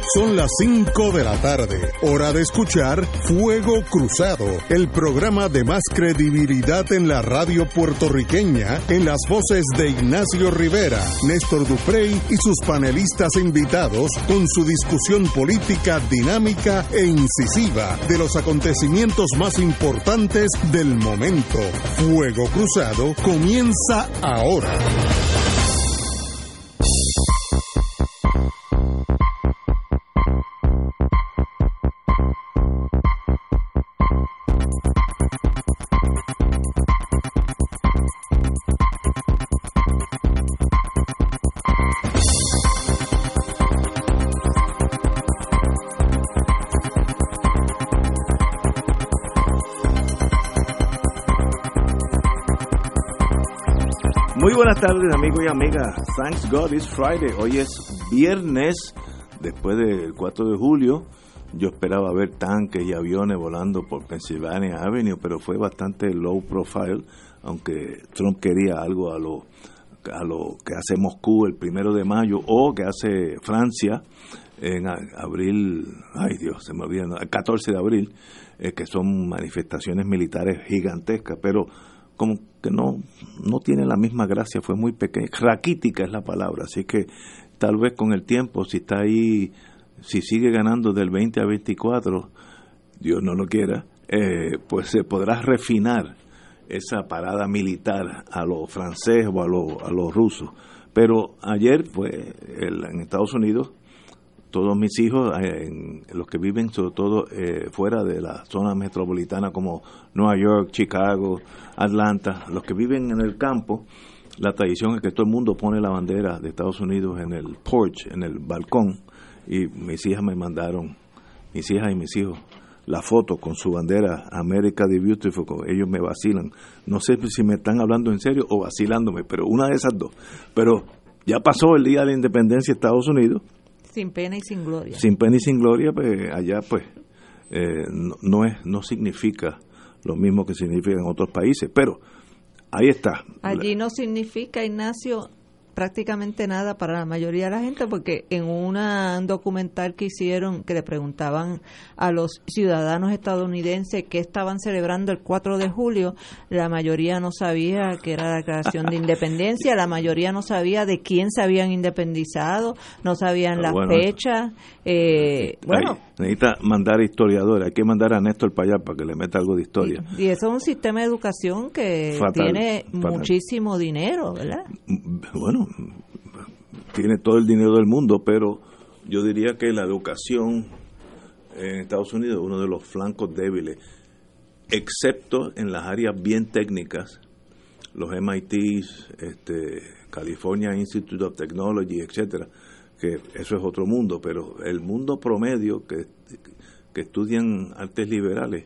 Son las 5 de la tarde, hora de escuchar Fuego Cruzado, el programa de más credibilidad en la radio puertorriqueña, en las voces de Ignacio Rivera, Néstor Duprey y sus panelistas invitados, con su discusión política dinámica e incisiva de los acontecimientos más importantes del momento. Fuego Cruzado comienza ahora. Muy buenas tardes, amigos y amigas. Thanks God it's Friday. Hoy es viernes, después del 4 de julio. Yo esperaba ver tanques y aviones volando por Pennsylvania Avenue, pero fue bastante low profile, aunque Trump quería algo a lo que hace Moscú el 1 de mayo o que hace Francia en abril, se me olvida, el 14 de abril, que son manifestaciones militares gigantescas, pero como que no tiene la misma gracia, fue muy pequeña, raquítica es la palabra, así que tal vez con el tiempo, si está ahí, si sigue ganando del 20 a 24, Dios no lo quiera, pues se podrá refinar esa parada militar a los franceses o a los rusos. Pero ayer, pues, en Estados Unidos, todos mis hijos, los que viven sobre todo fuera de la zona metropolitana como Nueva York, Chicago, Atlanta, los que viven en el campo, la tradición es que todo el mundo pone la bandera de Estados Unidos en el porch, en el balcón, y mis hijas me mandaron, mis hijas y mis hijos, la foto con su bandera America the Beautiful. Ellos me vacilan, no sé si me están hablando en serio o vacilándome, pero una de esas dos. Pero ya pasó el día de la independencia de Estados Unidos, sin pena y sin gloria. Sin pena y sin gloria, pues allá pues no significa lo mismo que significa en otros países, pero ahí está. Allí no significa, Ignacio, prácticamente nada para la mayoría de la gente, porque en un documental que hicieron, que le preguntaban a los ciudadanos estadounidenses qué estaban celebrando el 4 de julio, la mayoría no sabía que era la declaración de independencia, la mayoría no sabía de quién se habían independizado, no sabían las fechas. Necesita mandar historiadores, hay que mandar a Néstor para allá para que le meta algo de historia. Y eso es un sistema de educación que tiene muchísimo dinero, ¿verdad? Bueno, tiene todo el dinero del mundo, pero yo diría que la educación en Estados Unidos es uno de los flancos débiles, excepto en las áreas bien técnicas, los MITs, California Institute of Technology, etcétera, que eso es otro mundo, pero el mundo promedio que estudian artes liberales,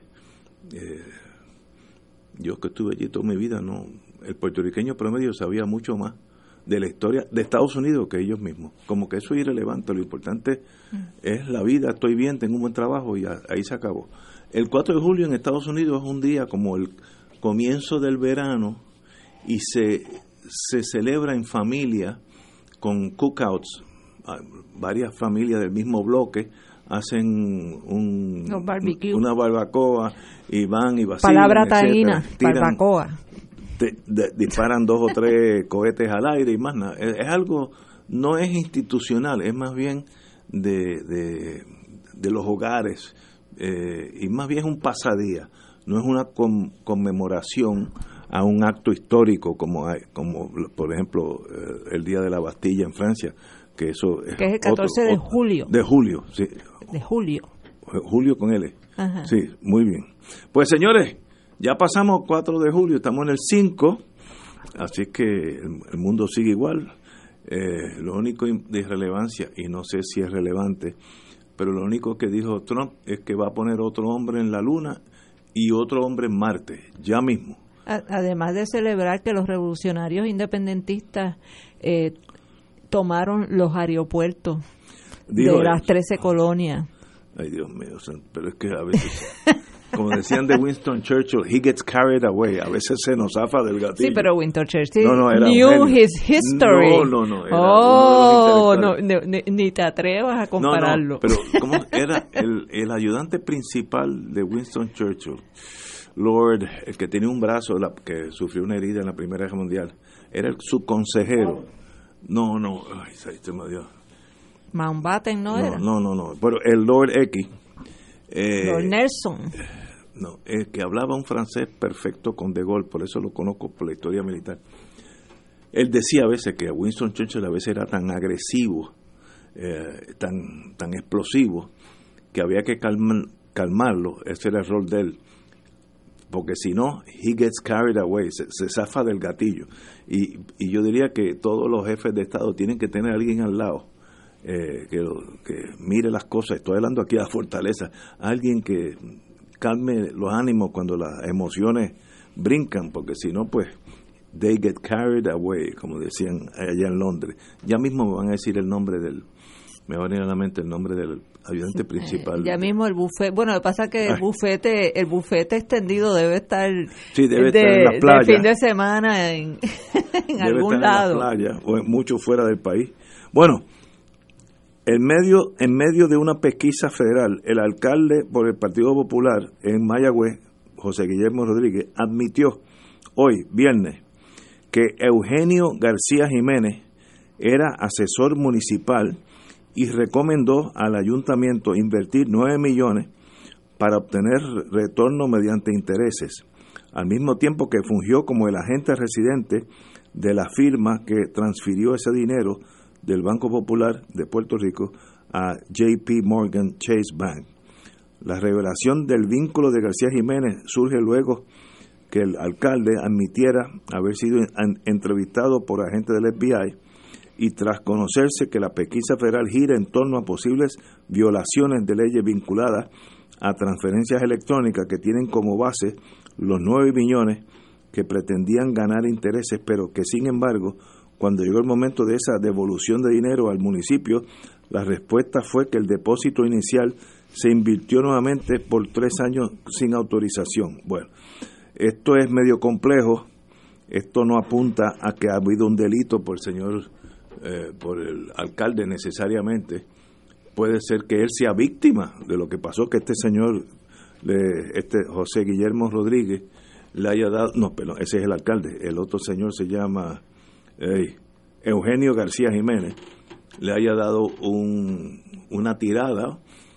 yo que estuve allí toda mi vida, el puertorriqueño promedio sabía mucho más de la historia de Estados Unidos que ellos mismos, como que eso es irrelevante, lo importante es la vida, estoy bien, tengo un buen trabajo y ahí se acabó. El 4 de julio en Estados Unidos es un día como el comienzo del verano y se celebra en familia con cookouts, varias familias del mismo bloque hacen una barbacoa y van y vacilan, palabra taína, barbacoa, disparan 2 o 3 cohetes al aire y más nada. Es algo, no es institucional, es más bien de los hogares, y más bien es un pasadía, no es una conmemoración a un acto histórico como por ejemplo el Día de la Bastilla en Francia, que eso es el 14 de julio. De julio, sí. De julio. Julio con L. Ajá. Sí, muy bien. Pues señores, ya pasamos 4 de julio, estamos en el 5, así que el mundo sigue igual. Lo único de irrelevancia, y no sé si es relevante, pero lo único que dijo Trump es que va a poner otro hombre en la Luna y otro hombre en Marte, ya mismo. Además de celebrar que los revolucionarios independentistas tomaron los aeropuertos de las 13 colonias. Ay, Dios mío, pero es que a veces como decían de Winston Churchill, he gets carried away. A veces se nos zafa del gatillo. Sí, pero Winston Churchill era knew his history. No. Ni te atrevas a compararlo. No, pero ¿cómo era el ayudante principal de Winston Churchill? Lord, el que tenía un brazo, que sufrió una herida en la Primera Guerra Mundial, era su consejero. No, ay, se me dio. Mountbatten no era. No, pero el Lord X. Lord Nelson. No, que hablaba un francés perfecto con De Gaulle, por eso lo conozco por la historia militar. Él decía a veces que Winston Churchill a veces era tan agresivo, tan explosivo, que había que calmarlo. Ese era el rol de él. Porque si no, he gets carried away, se zafa del gatillo. Y yo diría que todos los jefes de Estado tienen que tener a alguien al lado que mire las cosas. Estoy hablando aquí de la fortaleza. Alguien que calme los ánimos cuando las emociones brincan, porque si no, pues, they get carried away, como decían allá en Londres. Ya mismo me van a decir me va a venir a la mente el nombre del ayudante principal. Ya mismo el buffet. Bueno, lo que pasa es que el bufete extendido debe estar, estar en la playa. De fin de semana en algún lado. En la playa o mucho fuera del país. Bueno, en medio de una pesquisa federal, el alcalde por el Partido Popular en Mayagüez, José Guillermo Rodríguez, admitió hoy, viernes, que Eugenio García Jiménez era asesor municipal y recomendó al ayuntamiento invertir 9 millones para obtener retorno mediante intereses, al mismo tiempo que fungió como el agente residente de la firma que transfirió ese dinero del Banco Popular de Puerto Rico a JP Morgan Chase Bank. La revelación del vínculo de García Jiménez surge luego que el alcalde admitiera haber sido entrevistado por agentes del FBI y tras conocerse que la pesquisa federal gira en torno a posibles violaciones de leyes vinculadas a transferencias electrónicas que tienen como base los 9 millones que pretendían ganar intereses, pero que sin embargo, cuando llegó el momento de esa devolución de dinero al municipio, la respuesta fue que el depósito inicial se invirtió nuevamente por 3 años sin autorización. Bueno, esto es medio complejo, esto no apunta a que ha habido un delito por el alcalde necesariamente. Puede ser que él sea víctima de lo que pasó, que este señor, José Guillermo Rodríguez, le haya dado, ese es el alcalde, el otro señor se llama Eugenio García Jiménez, le haya dado una tirada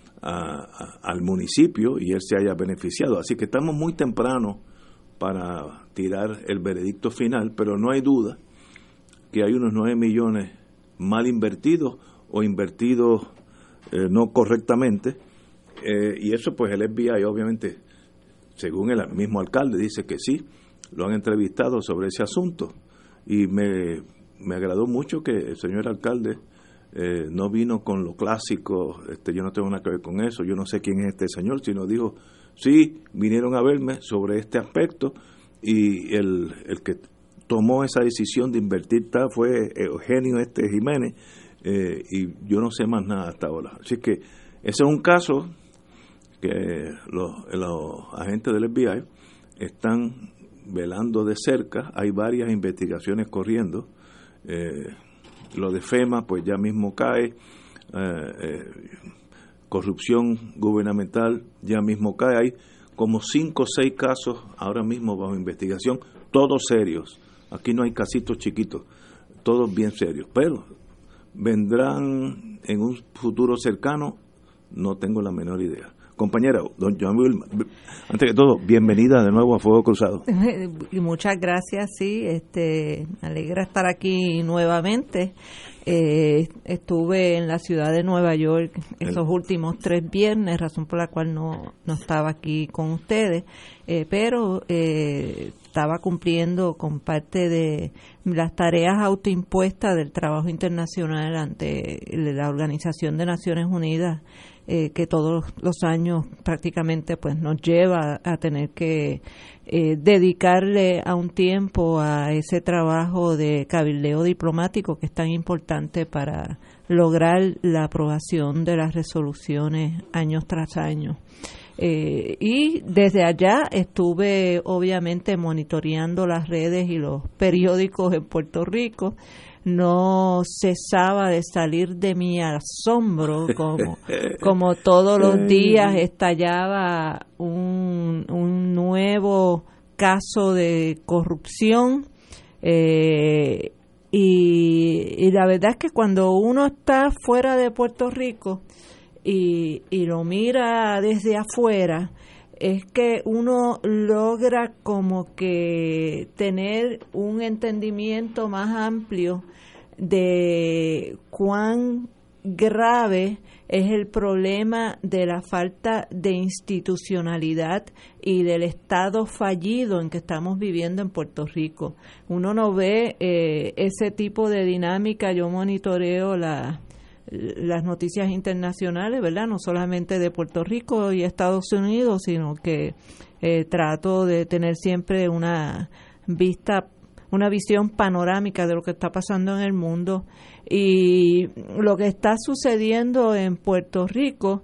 al municipio y él se haya beneficiado. Así que estamos muy temprano para tirar el veredicto final, pero no hay duda que hay unos 9 millones mal invertidos o invertidos no correctamente, y eso pues el FBI obviamente, según el mismo alcalde, dice que sí, lo han entrevistado sobre ese asunto, y me agradó mucho que el señor alcalde no vino con lo clásico, yo no tengo nada que ver con eso, yo no sé quién es este señor, sino dijo, sí, vinieron a verme sobre este aspecto, y el que tomó esa decisión de invertir fue Eugenio Jiménez, y yo no sé más nada hasta ahora. Así que ese es un caso que los agentes del FBI están velando de cerca. Hay varias investigaciones corriendo. Lo de FEMA pues ya mismo cae, corrupción gubernamental ya mismo cae. Hay como 5 o 6 casos ahora mismo bajo investigación, todos serios. Aquí no hay casitos chiquitos, todos bien serios, pero vendrán en un futuro cercano, no tengo la menor idea. Compañera, don Joan Will, antes que todo, bienvenida de nuevo a Fuego Cruzado. Y muchas gracias, sí, me alegra estar aquí nuevamente. Estuve en la ciudad de Nueva York esos últimos 3 viernes, razón por la cual no estaba aquí con ustedes, pero estaba cumpliendo con parte de las tareas autoimpuestas del trabajo internacional ante la Organización de Naciones Unidas, que todos los años prácticamente pues nos lleva a tener que dedicarle a un tiempo a ese trabajo de cabildeo diplomático que es tan importante para lograr la aprobación de las resoluciones año tras año. Y desde allá estuve obviamente monitoreando las redes y los periódicos en Puerto Rico. No cesaba de salir de mi asombro, como todos los días estallaba un nuevo caso de corrupción. Y la verdad es que cuando uno está fuera de Puerto Rico y lo mira desde afuera, es que uno logra como que tener un entendimiento más amplio de cuán grave es el problema de la falta de institucionalidad y del estado fallido en que estamos viviendo en Puerto Rico. Uno no ve ese tipo de dinámica. Yo monitoreo las noticias internacionales, ¿verdad? No solamente de Puerto Rico y Estados Unidos, sino que trato de tener siempre una visión panorámica de lo que está pasando en el mundo. Y lo que está sucediendo en Puerto Rico,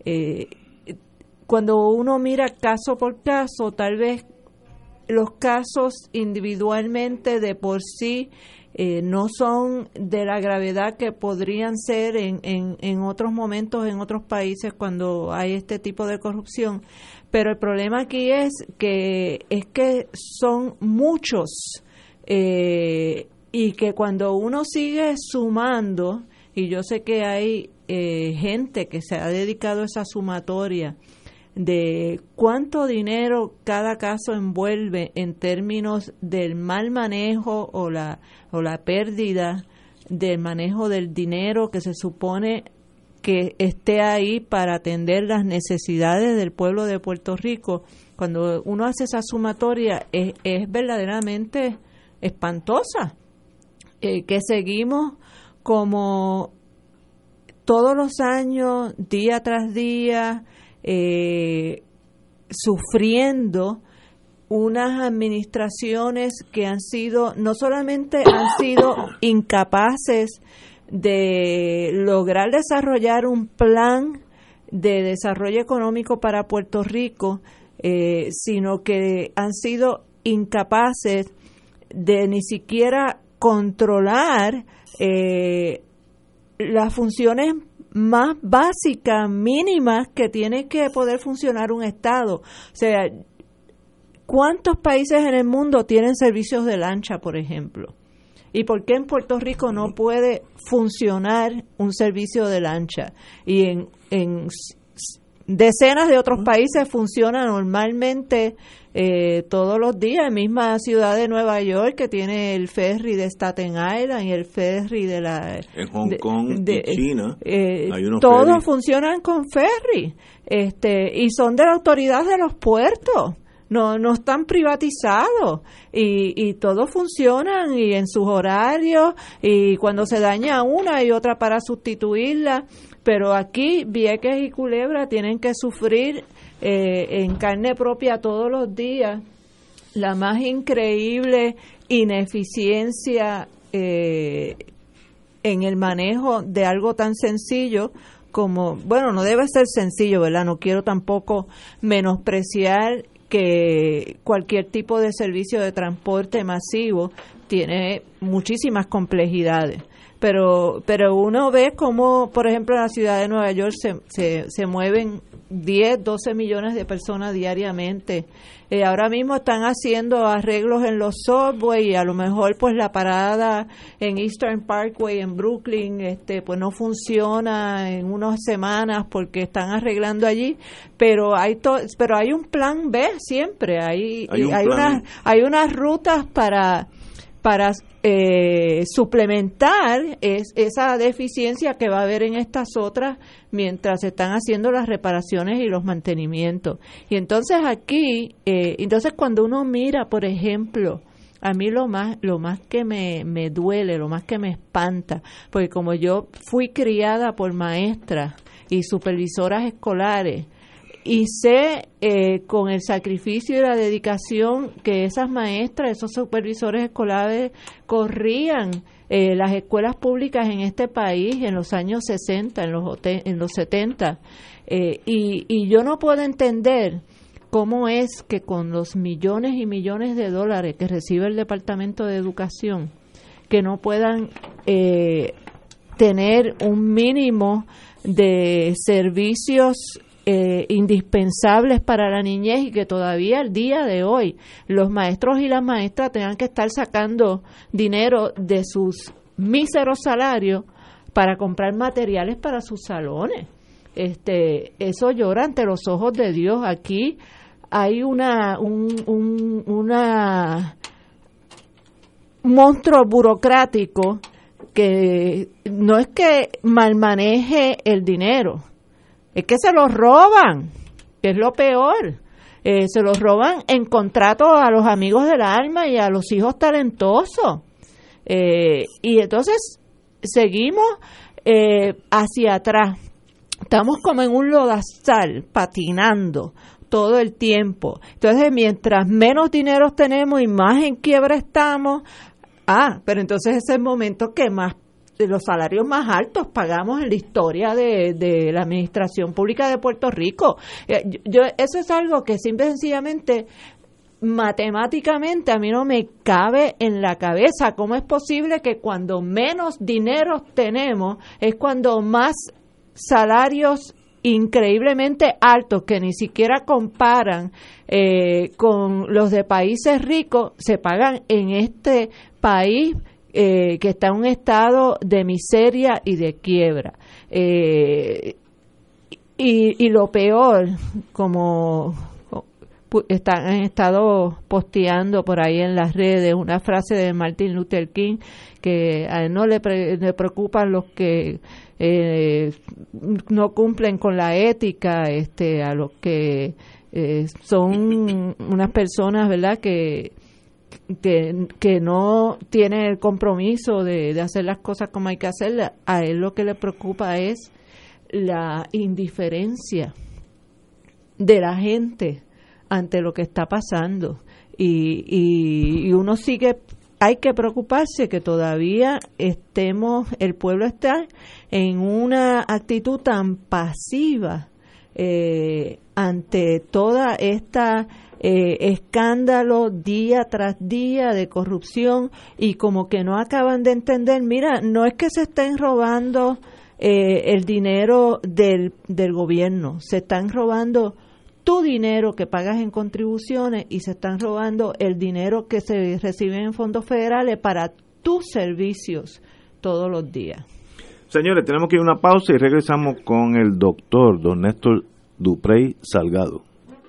cuando uno mira caso por caso, tal vez los casos individualmente de por sí no son de la gravedad que podrían ser en otros momentos, en otros países cuando hay este tipo de corrupción. Pero el problema aquí es que son muchos, y que cuando uno sigue sumando, y yo sé que hay gente que se ha dedicado a esa sumatoria de cuánto dinero cada caso envuelve en términos del mal manejo o la pérdida del manejo del dinero que se supone que esté ahí para atender las necesidades del pueblo de Puerto Rico. Cuando uno hace esa sumatoria es verdaderamente espantosa, que seguimos como todos los años, día tras día, sufriendo unas administraciones que no solamente han sido incapaces de lograr desarrollar un plan de desarrollo económico para Puerto Rico, sino que han sido incapaces de ni siquiera controlar las funciones más básicas, mínimas, que tiene que poder funcionar un Estado. O sea, ¿cuántos países en el mundo tienen servicios de lancha, por ejemplo? ¿Y por qué en Puerto Rico no puede funcionar un servicio de lancha? Y en decenas de otros países funciona normalmente todos los días. En misma ciudad de Nueva York, que tiene el ferry de Staten Island y el ferry de en Hong Kong y China hay unos todos ferries. Funcionan con ferry, y son de la autoridad de los puertos. No están privatizados y todos funcionan y en sus horarios, y cuando se daña una hay otra para sustituirla. Pero aquí Vieques y Culebra tienen que sufrir en carne propia todos los días la más increíble ineficiencia en el manejo de algo tan sencillo como, bueno, no debe ser sencillo, ¿verdad? No quiero tampoco menospreciar que cualquier tipo de servicio de transporte masivo tiene muchísimas complejidades. Pero uno ve cómo, por ejemplo, en la ciudad de Nueva York se mueven 10, 12 millones de personas diariamente. Ahora mismo están haciendo arreglos en los subways y a lo mejor pues la parada en Eastern Parkway en Brooklyn pues no funciona en unas semanas porque están arreglando allí, pero hay un plan B siempre. Hay unas rutas para suplementar esa deficiencia que va a haber en estas otras mientras se están haciendo las reparaciones y los mantenimientos. Y entonces aquí, cuando uno mira, por ejemplo, a mí lo más que me duele, lo más que me espanta, porque como yo fui criada por maestras y supervisoras escolares, y sé con el sacrificio y la dedicación que esas maestras, esos supervisores escolares corrían las escuelas públicas en este país en los años 60, en los 70. Y yo no puedo entender cómo es que con los millones y millones de dólares que recibe el Departamento de Educación, que no puedan tener un mínimo de servicios indispensables para la niñez, y que todavía al día de hoy los maestros y las maestras tengan que estar sacando dinero de sus míseros salarios para comprar materiales para sus salones. Eso llora ante los ojos de Dios. Aquí hay un monstruo burocrático que no es que malmaneje el dinero, es que se lo roban, que es lo peor. Se los roban en contrato a los amigos del alma y a los hijos talentosos. Y entonces seguimos hacia atrás. Estamos como en un lodazal, patinando todo el tiempo. Entonces, mientras menos dinero tenemos y más en quiebra estamos, pero entonces es el momento que más de los salarios más altos pagamos en la historia de la administración pública de Puerto Rico. Eso es algo que simple y sencillamente, matemáticamente, a mí no me cabe en la cabeza. ¿Cómo es posible que cuando menos dinero tenemos es cuando más salarios increíblemente altos, que ni siquiera comparan con los de países ricos, se pagan en este país que está en un estado de miseria y de quiebra? Y lo peor, como han estado posteando por ahí en las redes una frase de Martin Luther King, que a él no le preocupan los que no cumplen con la ética, a los que son unas personas, ¿verdad?, que no tienen el compromiso de hacer las cosas como hay que hacerlas. A él lo que le preocupa es la indiferencia de la gente ante lo que está pasando, y uno sigue, hay que preocuparse que todavía el pueblo está en una actitud tan pasiva ante toda esta escándalo día tras día de corrupción, y como que no acaban de entender. Mira, no es que se estén robando el dinero del gobierno, se están robando tu dinero que pagas en contribuciones, y se están robando el dinero que se recibe en fondos federales para tus servicios todos los días. Señores, tenemos que ir a una pausa y regresamos con el doctor don Néstor Duprey Salgado.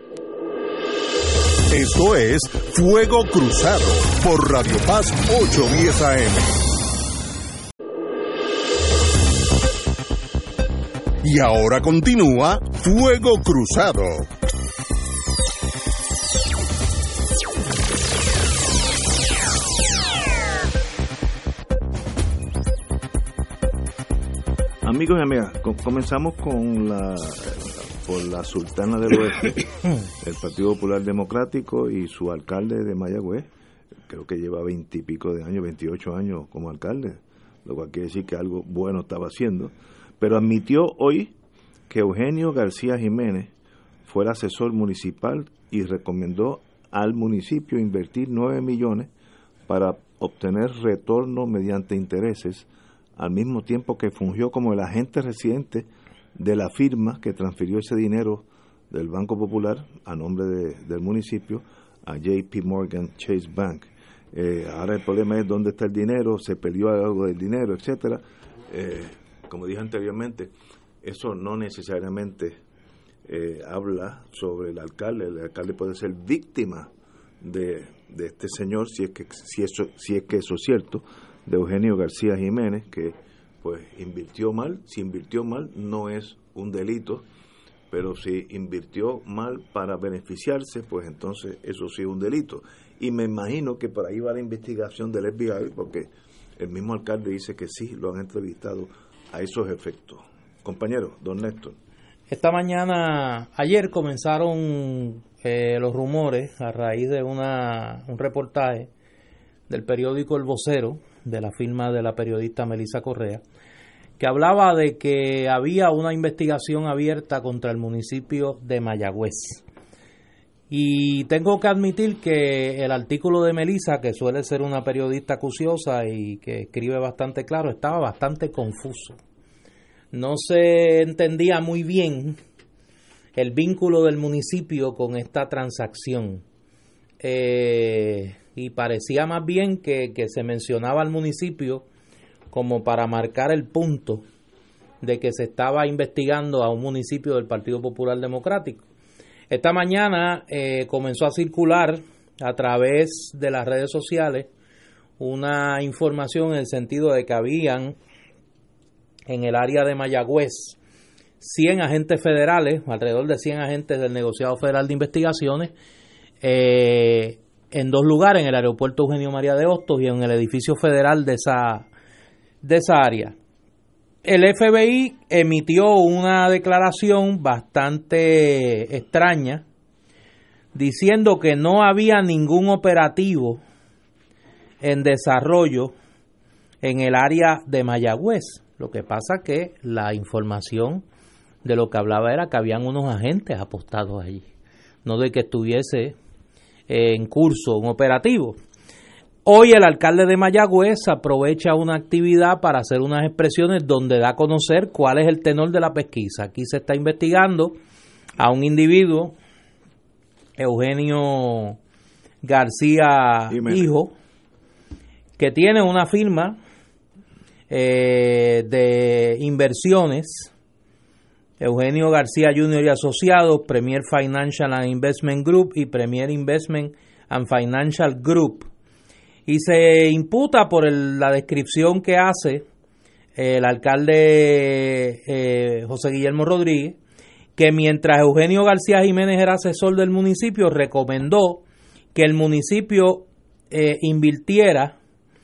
Esto es Fuego Cruzado por Radio Paz 810 AM. Y ahora continúa Fuego Cruzado. Amigos y amigas, comenzamos con por la Sultana del Oeste, el Partido Popular Democrático, y su alcalde de Mayagüez. Creo que lleva 20 y pico de años, 28 años como alcalde, lo cual quiere decir que algo bueno estaba haciendo. Pero admitió hoy que Eugenio García Jiménez fue el asesor municipal y recomendó al municipio invertir 9 millones para obtener retorno mediante intereses, al mismo tiempo que fungió como el agente residente de la firma que transfirió ese dinero del Banco Popular a nombre del municipio a JP Morgan Chase Bank. Ahora el problema es dónde está el dinero, se perdió algo del dinero, etcétera. Como dije anteriormente, eso no necesariamente habla sobre el alcalde. El alcalde puede ser víctima de este señor, si es que eso es cierto, de Eugenio García Jiménez, que pues invirtió mal. Si invirtió mal no es un delito, pero si invirtió mal para beneficiarse, pues entonces eso sí es un delito. Y me imagino que por ahí va la investigación del FBI, porque el mismo alcalde dice que sí, lo han entrevistado a esos efectos. Compañero, don Néstor. Esta mañana, ayer comenzaron los rumores a raíz de un reportaje del periódico El Vocero, de la firma de la periodista Melissa Correa, que hablaba de que había una investigación abierta contra el municipio de Mayagüez. Y tengo que admitir que el artículo de Melissa, que suele ser una periodista acuciosa y que escribe bastante claro, estaba bastante confuso. No se entendía muy bien el vínculo del municipio con esta transacción. Y parecía más bien que se mencionaba al municipio como para marcar el punto de que se estaba investigando a un municipio del Partido Popular Democrático. Esta mañana comenzó a circular a través de las redes sociales una información en el sentido de que habían en el área de Mayagüez 100 agentes federales, alrededor de 100 agentes del Negociado Federal de Investigaciones, en dos lugares, en el aeropuerto Eugenio María de Hostos y en el edificio federal de esa área. El FBI emitió una declaración bastante extraña diciendo que no había ningún operativo en desarrollo en el área de Mayagüez. Lo que pasa que la información de lo que hablaba era que habían unos agentes apostados allí, no de que estuviese en curso un operativo. Hoy el alcalde de Mayagüez aprovecha una actividad para hacer unas expresiones donde da a conocer cuál es el tenor de la pesquisa. Aquí se está investigando a un individuo, Eugenio García Hijo, que tiene una firma de inversiones, Eugenio García Jr. y Asociados, Premier Financial and Investment Group y Premier Investment and Financial Group. Y se imputa por la descripción que hace el alcalde José Guillermo Rodríguez, que mientras Eugenio García Jiménez era asesor del municipio, recomendó que el municipio invirtiera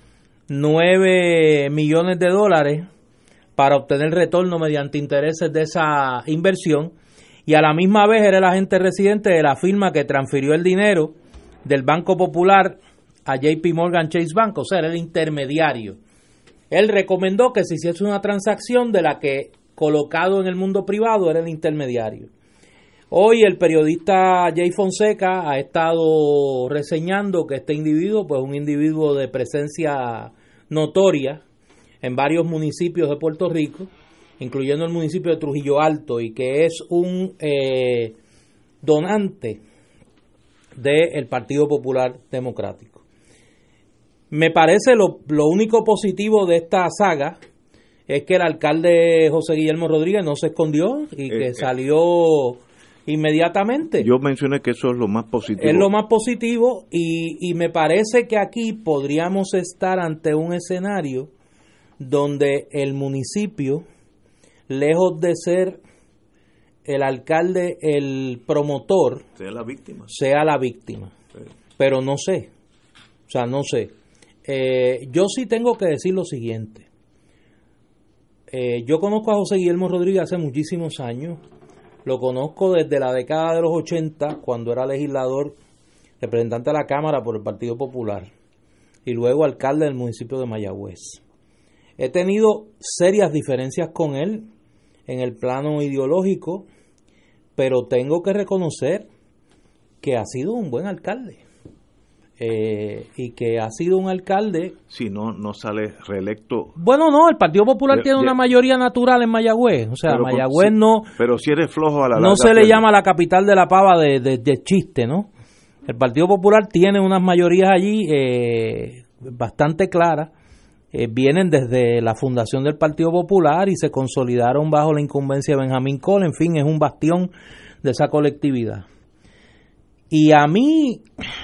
$9 millones para obtener retorno mediante intereses de esa inversión, y a la misma vez era el agente residente de la firma que transfirió el dinero del Banco Popular a JP Morgan Chase Bank, o sea, era el intermediario. Él recomendó que se hiciese una transacción de la que, colocado en el mundo privado, era el intermediario. Hoy el periodista Jay Fonseca ha estado reseñando que este individuo, pues un individuo de presencia notoria en varios municipios de Puerto Rico, incluyendo el municipio de Trujillo Alto, y que es un donante del Partido Popular Democrático. Me parece lo único positivo de esta saga es que el alcalde José Guillermo Rodríguez no se escondió y que salió inmediatamente. Yo mencioné que eso es lo más positivo. Es lo más positivo y me parece que aquí podríamos estar ante un escenario donde el municipio, lejos de ser el alcalde el promotor, sea la víctima. Sí. Pero no sé. O sea, no sé. Yo sí tengo que decir lo siguiente. Yo conozco a José Guillermo Rodríguez hace muchísimos años. Lo conozco desde la década de los 80, cuando era legislador, representante de la Cámara por el Partido Popular, y luego alcalde del municipio de Mayagüez. He tenido serias diferencias con él en el plano ideológico, pero tengo que reconocer que ha sido un buen alcalde. Y que ha sido un alcalde... Si no sale reelecto... Bueno, no, el Partido Popular tiene una mayoría natural en Mayagüez. O sea, Mayagüez no... Pero si eres flojo a la larga... No se le llama la capital de la pava de chiste, ¿no? El Partido Popular tiene unas mayorías allí bastante claras. Vienen desde la fundación del Partido Popular y se consolidaron bajo la incumbencia de Benjamín Cole. En fin, es un bastión de esa colectividad. Y a mí...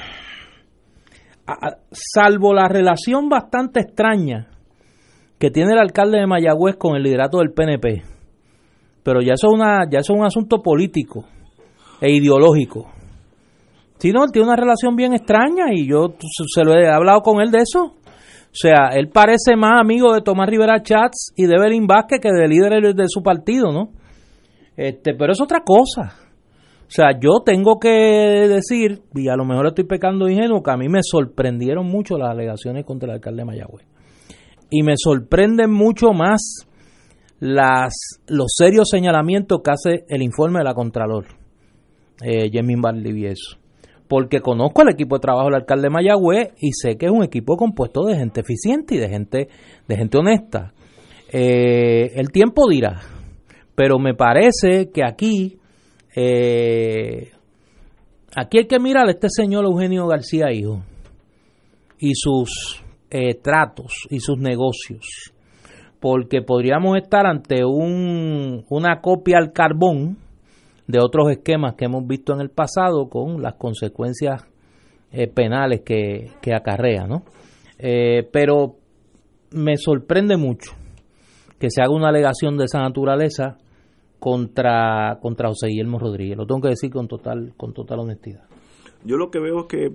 salvo la relación bastante extraña que tiene el alcalde de Mayagüez con el liderato del PNP, pero ya eso es un asunto político e ideológico. Sí, no, él tiene una relación bien extraña y yo se lo he hablado con él de eso. O sea, él parece más amigo de Tomás Rivera Chats y de Evelyn Vázquez que de líderes de su partido, ¿no? Pero es otra cosa. O sea, yo tengo que decir, y a lo mejor estoy pecando de ingenuo, que a mí me sorprendieron mucho las alegaciones contra el alcalde de Mayagüez. Y me sorprenden mucho más los serios señalamientos que hace el informe de la Contralor, Yasmín Valdivieso. Porque conozco el equipo de trabajo del alcalde de Mayagüez y sé que es un equipo compuesto de gente eficiente y de gente honesta. El tiempo dirá, pero me parece que aquí hay que mirar a este señor Eugenio García Hijo y sus tratos y sus negocios, porque podríamos estar ante una copia al carbón de otros esquemas que hemos visto en el pasado con las consecuencias penales que acarrea, ¿no? Pero me sorprende mucho que se haga una alegación de esa naturaleza contra José Guillermo Rodríguez. Lo tengo que decir con total honestidad. Yo lo que veo es que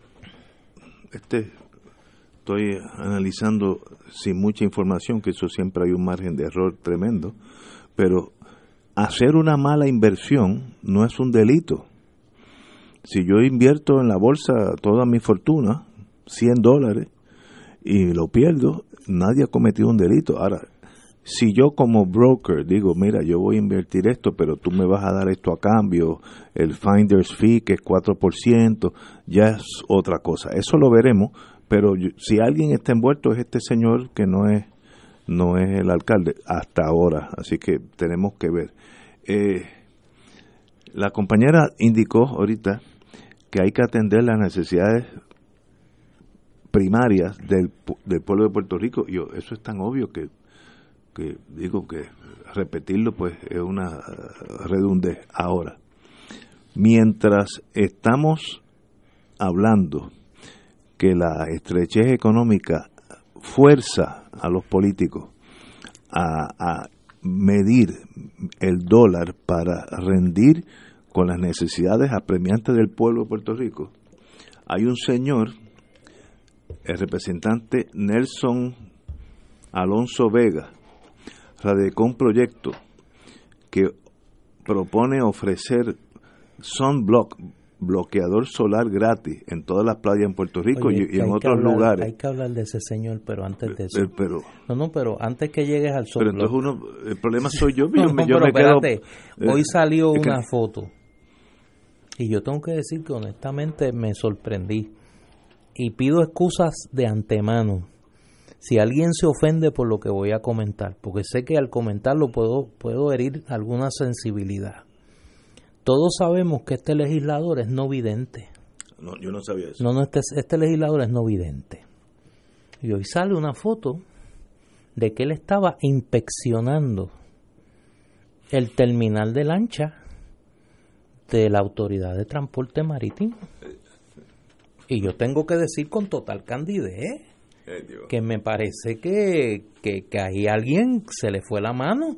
estoy analizando sin mucha información, que eso siempre hay un margen de error tremendo, pero hacer una mala inversión no es un delito. Si yo invierto en la bolsa toda mi fortuna, $100, y lo pierdo, nadie ha cometido un delito. Ahora, si yo como broker digo, mira, yo voy a invertir esto, pero tú me vas a dar esto a cambio, el finder's fee, que es 4%, ya es otra cosa. Eso lo veremos, pero si alguien está envuelto es este señor que no es el alcalde hasta ahora, así que tenemos que ver. La compañera indicó ahorita que hay que atender las necesidades primarias del pueblo de Puerto Rico. Eso es tan obvio que digo que repetirlo pues es una redundez. Ahora, mientras estamos hablando que la estrechez económica fuerza a los políticos a medir el dólar para rendir con las necesidades apremiantes del pueblo de Puerto Rico, hay un señor, el representante Nelson Alonso Vega, radicó un proyecto que propone ofrecer bloqueador solar gratis en todas las playas en Puerto Rico. Oye, y en otros lugares. Hay que hablar de ese señor, pero antes de eso. Pero antes que llegues al sunblock. Pero entonces el problema soy yo. Pero espérate, hoy salió una foto y yo tengo que decir que honestamente me sorprendí y pido excusas de antemano si alguien se ofende por lo que voy a comentar, porque sé que al comentarlo puedo herir alguna sensibilidad. Todos sabemos que este legislador es no vidente. No, yo no sabía eso. No, este legislador es no vidente. Y hoy sale una foto de que él estaba inspeccionando el terminal de lancha de la Autoridad de Transporte Marítimo. Y yo tengo que decir con total candidez que me parece que ahí alguien se le fue la mano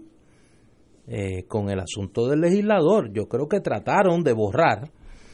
con el asunto del legislador. Yo creo que trataron de borrar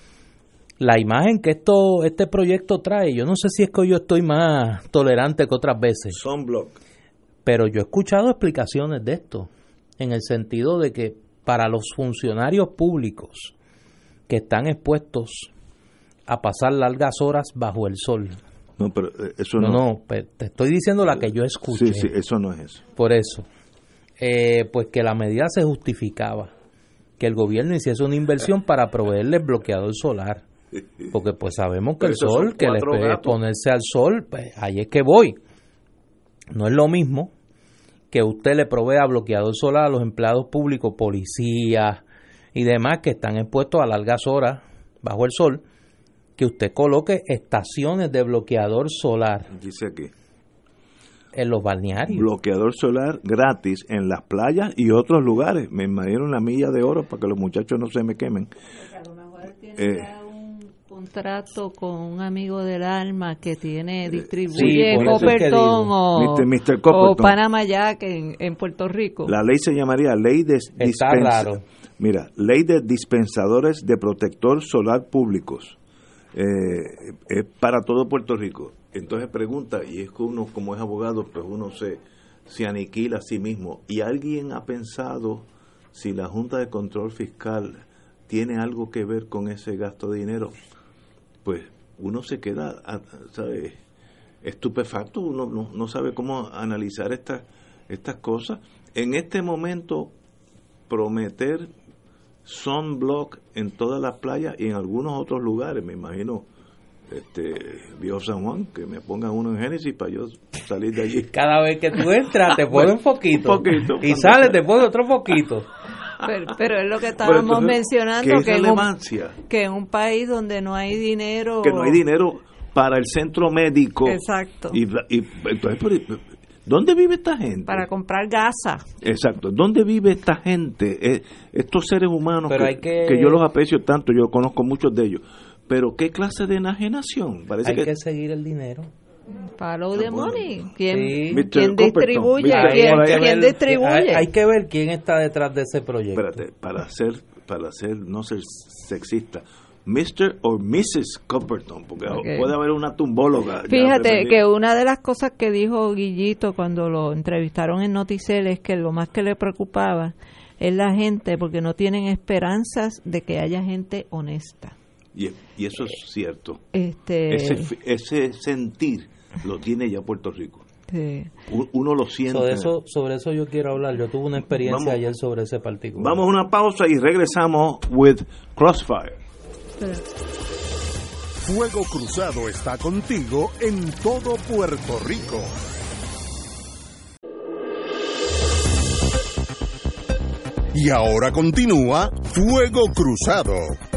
la imagen que este proyecto trae. Yo no sé si es que yo estoy más tolerante que otras veces. Sunblock. Pero yo he escuchado explicaciones de esto, en el sentido de que para los funcionarios públicos que están expuestos a pasar largas horas bajo el sol. No, pero eso no. No, te estoy diciendo la que yo escuché. Sí, eso no es eso. Por eso. Pues que la medida se justificaba, que el gobierno hiciese una inversión para proveerle bloqueador solar, porque pues sabemos que el sol, que le exponerse al sol, pues ahí es que voy. No es lo mismo que usted le provea bloqueador solar a los empleados públicos, policías y demás que están expuestos a largas horas bajo el sol, que usted coloque estaciones de bloqueador solar. Dice aquí. En los balnearios. Bloqueador solar gratis en las playas y otros lugares. Me dieron la milla de oro para que los muchachos no se me quemen. A lo mejor tiene ya un contrato con un amigo del alma que distribuye Copperton o Panama Jack en Puerto Rico. La ley se llamaría ley de dispensadores de protector solar públicos. Es para todo Puerto Rico. Entonces pregunta, y es que uno como es abogado, pues uno se aniquila a sí mismo. ¿Y alguien ha pensado si la Junta de Control Fiscal tiene algo que ver con ese gasto de dinero, pues uno se queda, ¿sabe?, estupefacto, uno no sabe cómo analizar estas cosas. En este momento, prometer sunblock en todas las playas y en algunos otros lugares, me imagino, Viejo San Juan, que me pongan uno en Génesis para yo salir de allí. Cada vez que tú entras te pone un poquito, y sales te pone otro poquito. Pero es lo que estábamos mencionando, que en un país donde no hay dinero, que no hay dinero para el centro médico. Exacto. Y entonces, ¿dónde vive esta gente? Para comprar gasa. Exacto. ¿Dónde vive esta gente? Estos seres humanos que yo los aprecio tanto, yo conozco muchos de ellos. Pero ¿qué clase de enajenación? Parece hay que seguir el dinero. Follow the money. ¿Quién distribuye? ¿Quién distribuye? Hay que ver quién está detrás de ese proyecto. Espérate, para no ser sexista, Mr. o Mrs. Copperton, porque puede haber una tumbóloga. Fíjate que una de las cosas que dijo Guillito cuando lo entrevistaron en Noticel es que lo más que le preocupaba es la gente, porque no tienen esperanzas de que haya gente honesta. Y eso es cierto. Ese sentir lo tiene ya Puerto Rico. Sí. Uno lo siente. Sobre eso yo quiero hablar. Yo tuve una experiencia ayer sobre ese particular. Vamos a una pausa y regresamos with Crossfire. Fuego Cruzado está contigo en todo Puerto Rico. Y ahora continúa Fuego Cruzado.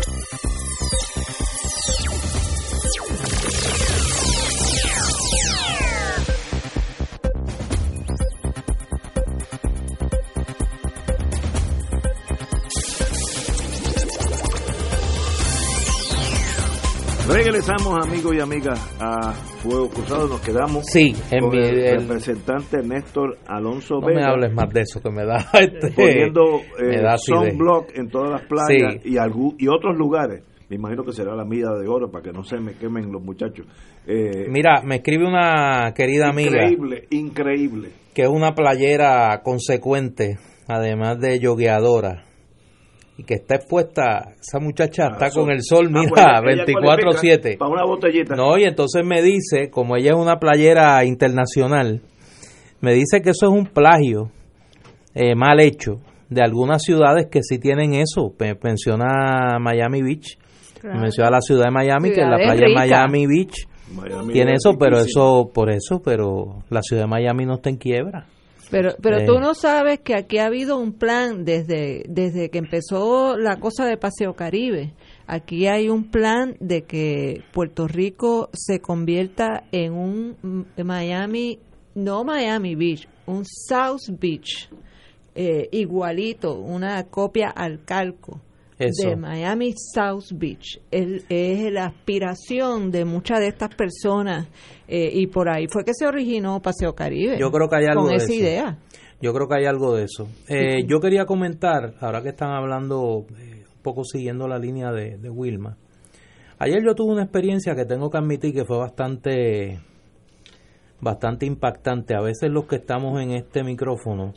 Regresamos, amigos y amigas, a Fuego Cruzado. Nos quedamos con el representante Néstor Alonso Vega. No me hables más de eso, que me da poniendo sunblock en todas las playas, sí, y otros lugares. Me imagino que será la milla de oro para que no se me quemen los muchachos. Mira, me escribe una querida amiga. Increíble. Que es una playera consecuente, además de yogueadora. Y que está expuesta, esa muchacha está con el sol, mira, 24/7. Para una botellita. No, y entonces me dice, como ella es una playera internacional, me dice que eso es un plagio mal hecho de algunas ciudades que sí tienen eso. Menciona Miami Beach, menciona la ciudad de Miami, que es la playa de Miami Beach. Tiene eso, pero la ciudad de Miami no está en quiebra. Pero tú no sabes que aquí ha habido un plan desde que empezó la cosa de Paseo Caribe. Aquí hay un plan de que Puerto Rico se convierta en un no Miami Beach, un South Beach, igualito, una copia al calco. Eso. De Miami South Beach. Es la aspiración de muchas de estas personas y por ahí fue que se originó Paseo Caribe. Yo creo que hay algo con de esa eso. idea. Yo creo que hay algo de eso. Yo quería comentar, ahora que están hablando, un poco siguiendo la línea de Wilma. Ayer yo tuve una experiencia que tengo que admitir que fue bastante impactante. A veces los que estamos en este micrófono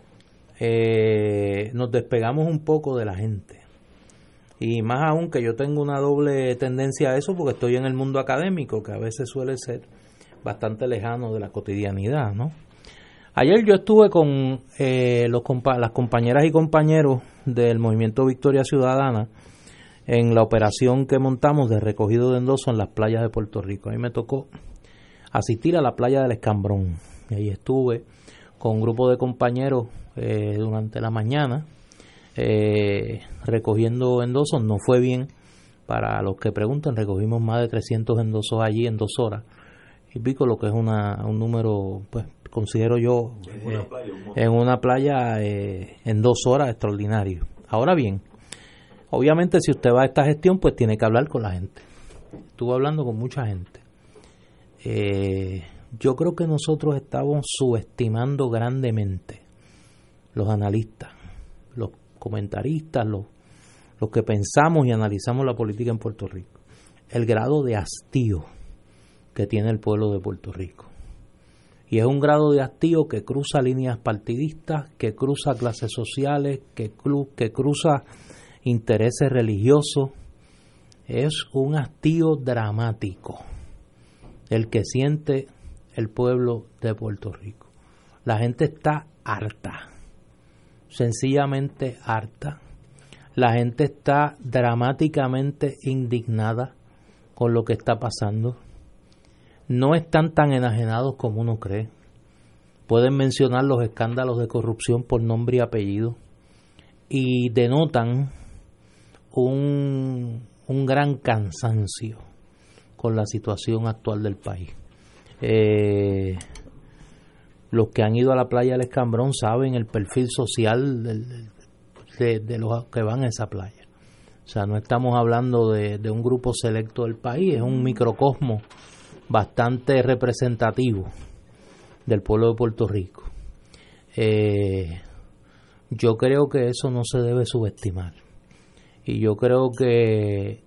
nos despegamos un poco de la gente. Y más aún que yo tengo una doble tendencia a eso porque estoy en el mundo académico, que a veces suele ser bastante lejano de la cotidianidad, ¿no? Ayer yo estuve con las compañeras y compañeros del Movimiento Victoria Ciudadana en la operación que montamos de recogido de endoso en las playas de Puerto Rico. A mí me tocó asistir a la playa del Escambrón. Y ahí estuve con un grupo de compañeros durante la mañana recogiendo endosos. No fue bien, para los que preguntan, recogimos más de 300 endosos allí en 2 horas y pico, lo que es un número, pues considero yo, en una playa en 2 horas extraordinario. Ahora bien, obviamente si usted va a esta gestión, pues tiene que hablar con la gente. Estuve hablando con mucha gente. Yo creo que nosotros estamos subestimando grandemente, los analistas, los comentaristas, los que pensamos y analizamos la política en Puerto Rico, el grado de hastío que tiene el pueblo de Puerto Rico. Y es un grado de hastío que cruza líneas partidistas, que cruza clases sociales, que cruza intereses religiosos. Es un hastío dramático el que siente el pueblo de Puerto Rico. La gente está harta, sencillamente harta. La gente está dramáticamente indignada con lo que está pasando. No están tan enajenados como uno cree. Pueden mencionar los escándalos de corrupción por nombre y apellido y denotan un gran cansancio con la situación actual del país. Los que han ido a la playa del Escambrón saben el perfil social de los que van a esa playa. O sea, no estamos hablando de un grupo selecto del país, es un microcosmo bastante representativo del pueblo de Puerto Rico. Yo creo que eso no se debe subestimar. Y yo creo que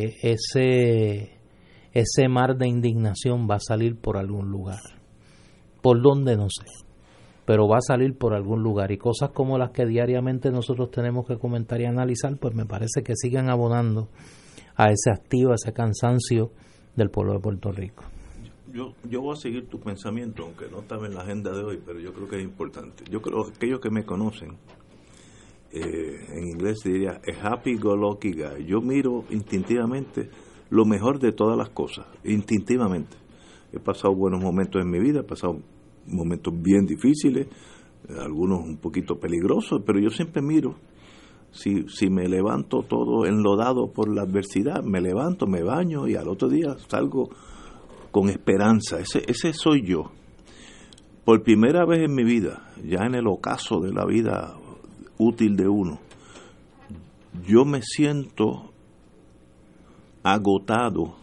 ese mar de indignación va a salir por algún lugar. ¿Por dónde? No sé. Pero va a salir por algún lugar. Y cosas como las que diariamente nosotros tenemos que comentar y analizar, pues me parece que sigan abonando a ese hastío, a ese cansancio del pueblo de Puerto Rico. Yo voy a seguir tu pensamiento, aunque no estaba en la agenda de hoy, pero yo creo que es importante. Yo creo que aquellos que me conocen, en inglés diría a happy go lucky guy. Yo miro instintivamente lo mejor de todas las cosas, instintivamente. He pasado buenos momentos en mi vida, he pasado momentos bien difíciles, algunos un poquito peligrosos, pero yo siempre miro, si me levanto todo enlodado por la adversidad, me levanto, me baño y al otro día salgo con esperanza. Ese soy yo. Por primera vez en mi vida, ya en el ocaso de la vida útil de uno, yo me siento agotado,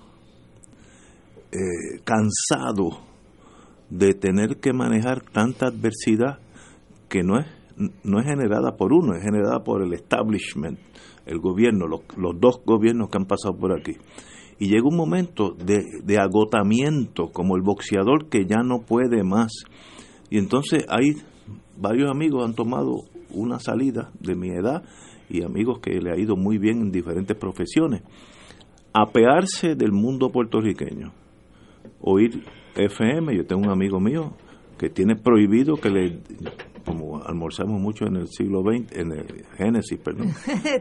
cansado de tener que manejar tanta adversidad que no es generada por uno, es generada por el establishment, el gobierno, los dos gobiernos que han pasado por aquí. Y llega un momento de agotamiento, como el boxeador que ya no puede más. Y entonces hay varios amigos han tomado una salida de mi edad y amigos que le ha ido muy bien en diferentes profesiones. Apearse del mundo puertorriqueño, oír FM. Yo tengo un amigo mío que tiene prohibido que como almorzamos mucho en el siglo XX, en el Génesis, perdón,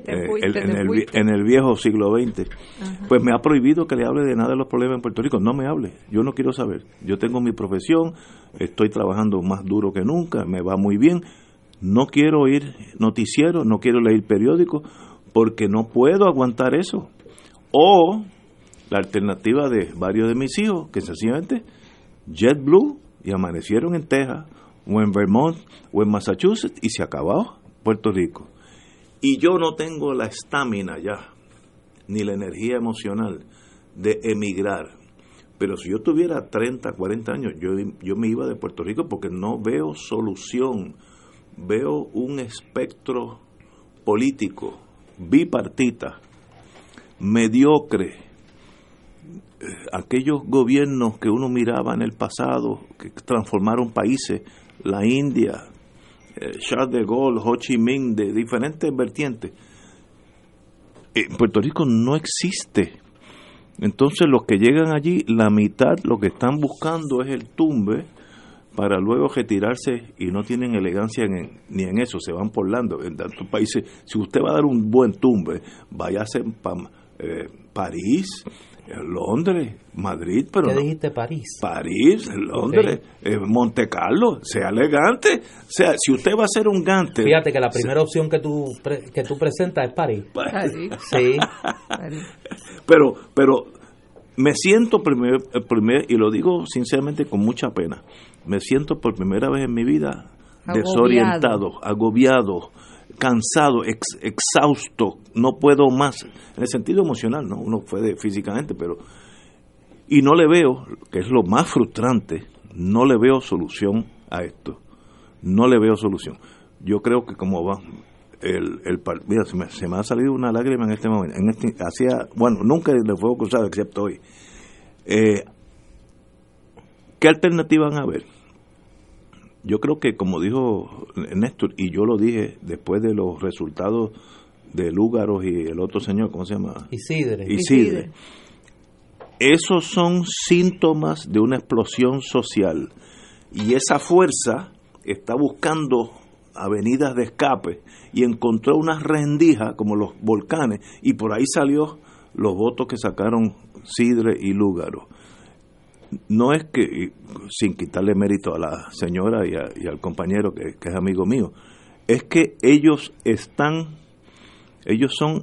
en el viejo siglo XX, pues me ha prohibido que le hable de nada de los problemas en Puerto Rico. No me hable, yo no quiero saber. Yo tengo mi profesión, estoy trabajando más duro que nunca, me va muy bien. No quiero oír noticieros, no quiero leer periódicos, porque no puedo aguantar eso. O la alternativa de varios de mis hijos, que sencillamente JetBlue y amanecieron en Texas, o en Vermont, o en Massachusetts, y se acabó Puerto Rico. Y yo no tengo la estamina ya, ni la energía emocional de emigrar. Pero si yo tuviera 30, 40 años, yo me iba de Puerto Rico porque no veo solución. Veo un espectro político bipartita, mediocre. Aquellos gobiernos que uno miraba en el pasado, que transformaron países, la India, Charles de Gaulle, Ho Chi Minh, de diferentes vertientes. En Puerto Rico no existe. Entonces los que llegan allí, la mitad lo que están buscando es el tumbe para luego retirarse y no tienen elegancia ni en eso, se van por lando. En tantos países, si usted va a dar un buen tumbe, váyase para París, Londres, Madrid, pero ¿qué no. dijiste? París, Londres, okay. Monte Carlo, sea elegante. O sea, si usted va a ser un gante. Fíjate que la primera opción que tú presentas es París. Sí. Pero me siento y lo digo sinceramente con mucha pena, me siento por primera vez en mi vida desorientado, agobiado, cansado, exhausto, no puedo más, en el sentido emocional, no, uno puede físicamente, pero y no le veo, que es lo más frustrante, no le veo solución a esto, no le veo solución. Yo creo que como va mira, se me ha salido una lágrima en este momento, nunca le fue cruzado excepto hoy. ¿Qué alternativa van a haber? yo creo que, como dijo Néstor, y yo lo dije después de los resultados de Lúgaros y el otro señor, ¿cómo se llama? Isidre. Esos son síntomas de una explosión social, y esa fuerza está buscando avenidas de escape y encontró unas rendijas como los volcanes, y por ahí salió los votos que sacaron Sidre y Lúgaro. No es que, sin quitarle mérito a la señora y al compañero que es amigo mío, es que ellos son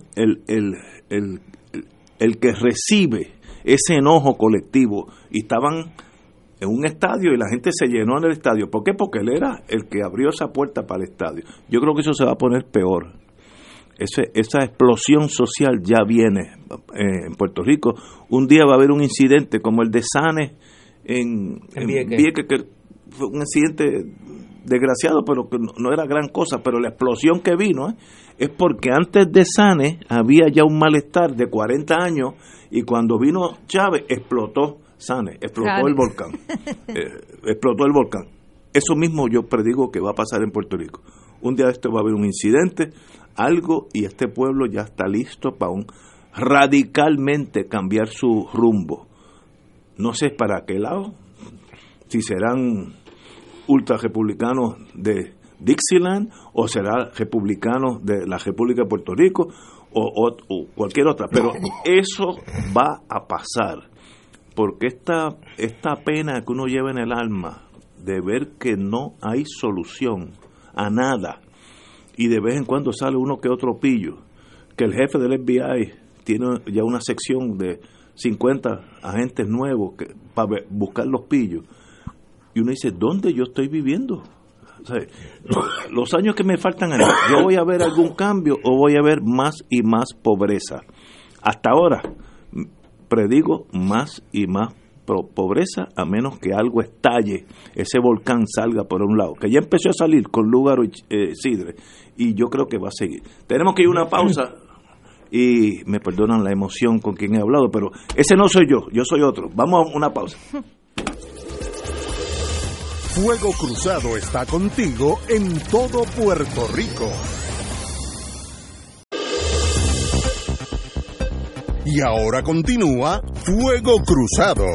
el que recibe ese enojo colectivo, y estaban en un estadio y la gente se llenó en el estadio. ¿Por qué? Porque él era el que abrió esa puerta para el estadio. Yo creo que eso se va a poner peor. Esa explosión social ya viene en Puerto Rico. Un día va a haber un incidente como el de Sanes en Vieques, que fue un incidente desgraciado, pero que no era gran cosa, pero la explosión que vino es porque antes de Sanes había ya un malestar de 40 años, y cuando vino Chávez explotó Sanes, explotó el volcán. Explotó el volcán. Eso mismo yo predigo que va a pasar en Puerto Rico. Un día de esto va a haber un incidente, algo, y este pueblo ya está listo para radicalmente cambiar su rumbo. No sé para qué lado, si serán ultra republicanos de Dixieland o serán republicanos de la República de Puerto Rico o cualquier otra, pero eso va a pasar, porque esta pena que uno lleva en el alma de ver que no hay solución a nada, y de vez en cuando sale uno que otro pillo, que el jefe del FBI tiene ya una sección de 50 agentes nuevos para buscar los pillos, y uno dice, ¿dónde yo estoy viviendo? O sea, los años que me faltan a mí, ¿yo voy a ver algún cambio o voy a ver más y más pobreza? Hasta ahora predigo más y más pobreza, a menos que algo estalle, ese volcán salga por un lado, que ya empezó a salir con Lúgaro y Sidre, y yo creo que va a seguir. Tenemos que ir a una pausa, y me perdonan la emoción con quien he hablado, pero ese no soy yo soy otro. Vamos a una pausa. Fuego Cruzado está contigo en todo Puerto Rico. Y ahora continúa Fuego Cruzado.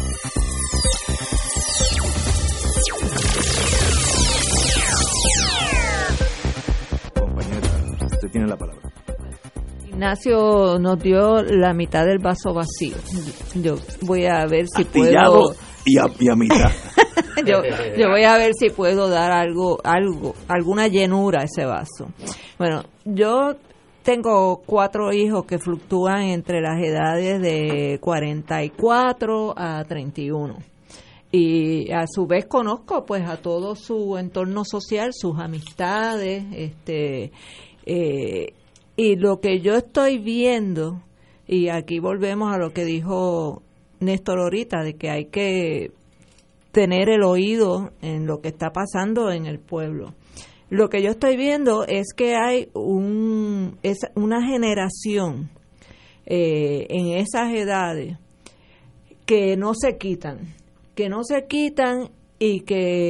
Compañera, usted tiene la palabra. Ignacio nos dio la mitad del vaso vacío. Yo voy a ver si Astillado puedo... y a mitad. yo voy a ver si puedo dar alguna llenura a ese vaso. Bueno, yo tengo 4 hijos que fluctúan entre las edades de 44 a 31. Y a su vez conozco pues a todo su entorno social, sus amistades, y lo que yo estoy viendo, y aquí volvemos a lo que dijo Néstor ahorita, de que hay que tener el oído en lo que está pasando en el pueblo. Lo que yo estoy viendo es que hay una generación en esas edades que no se quitan y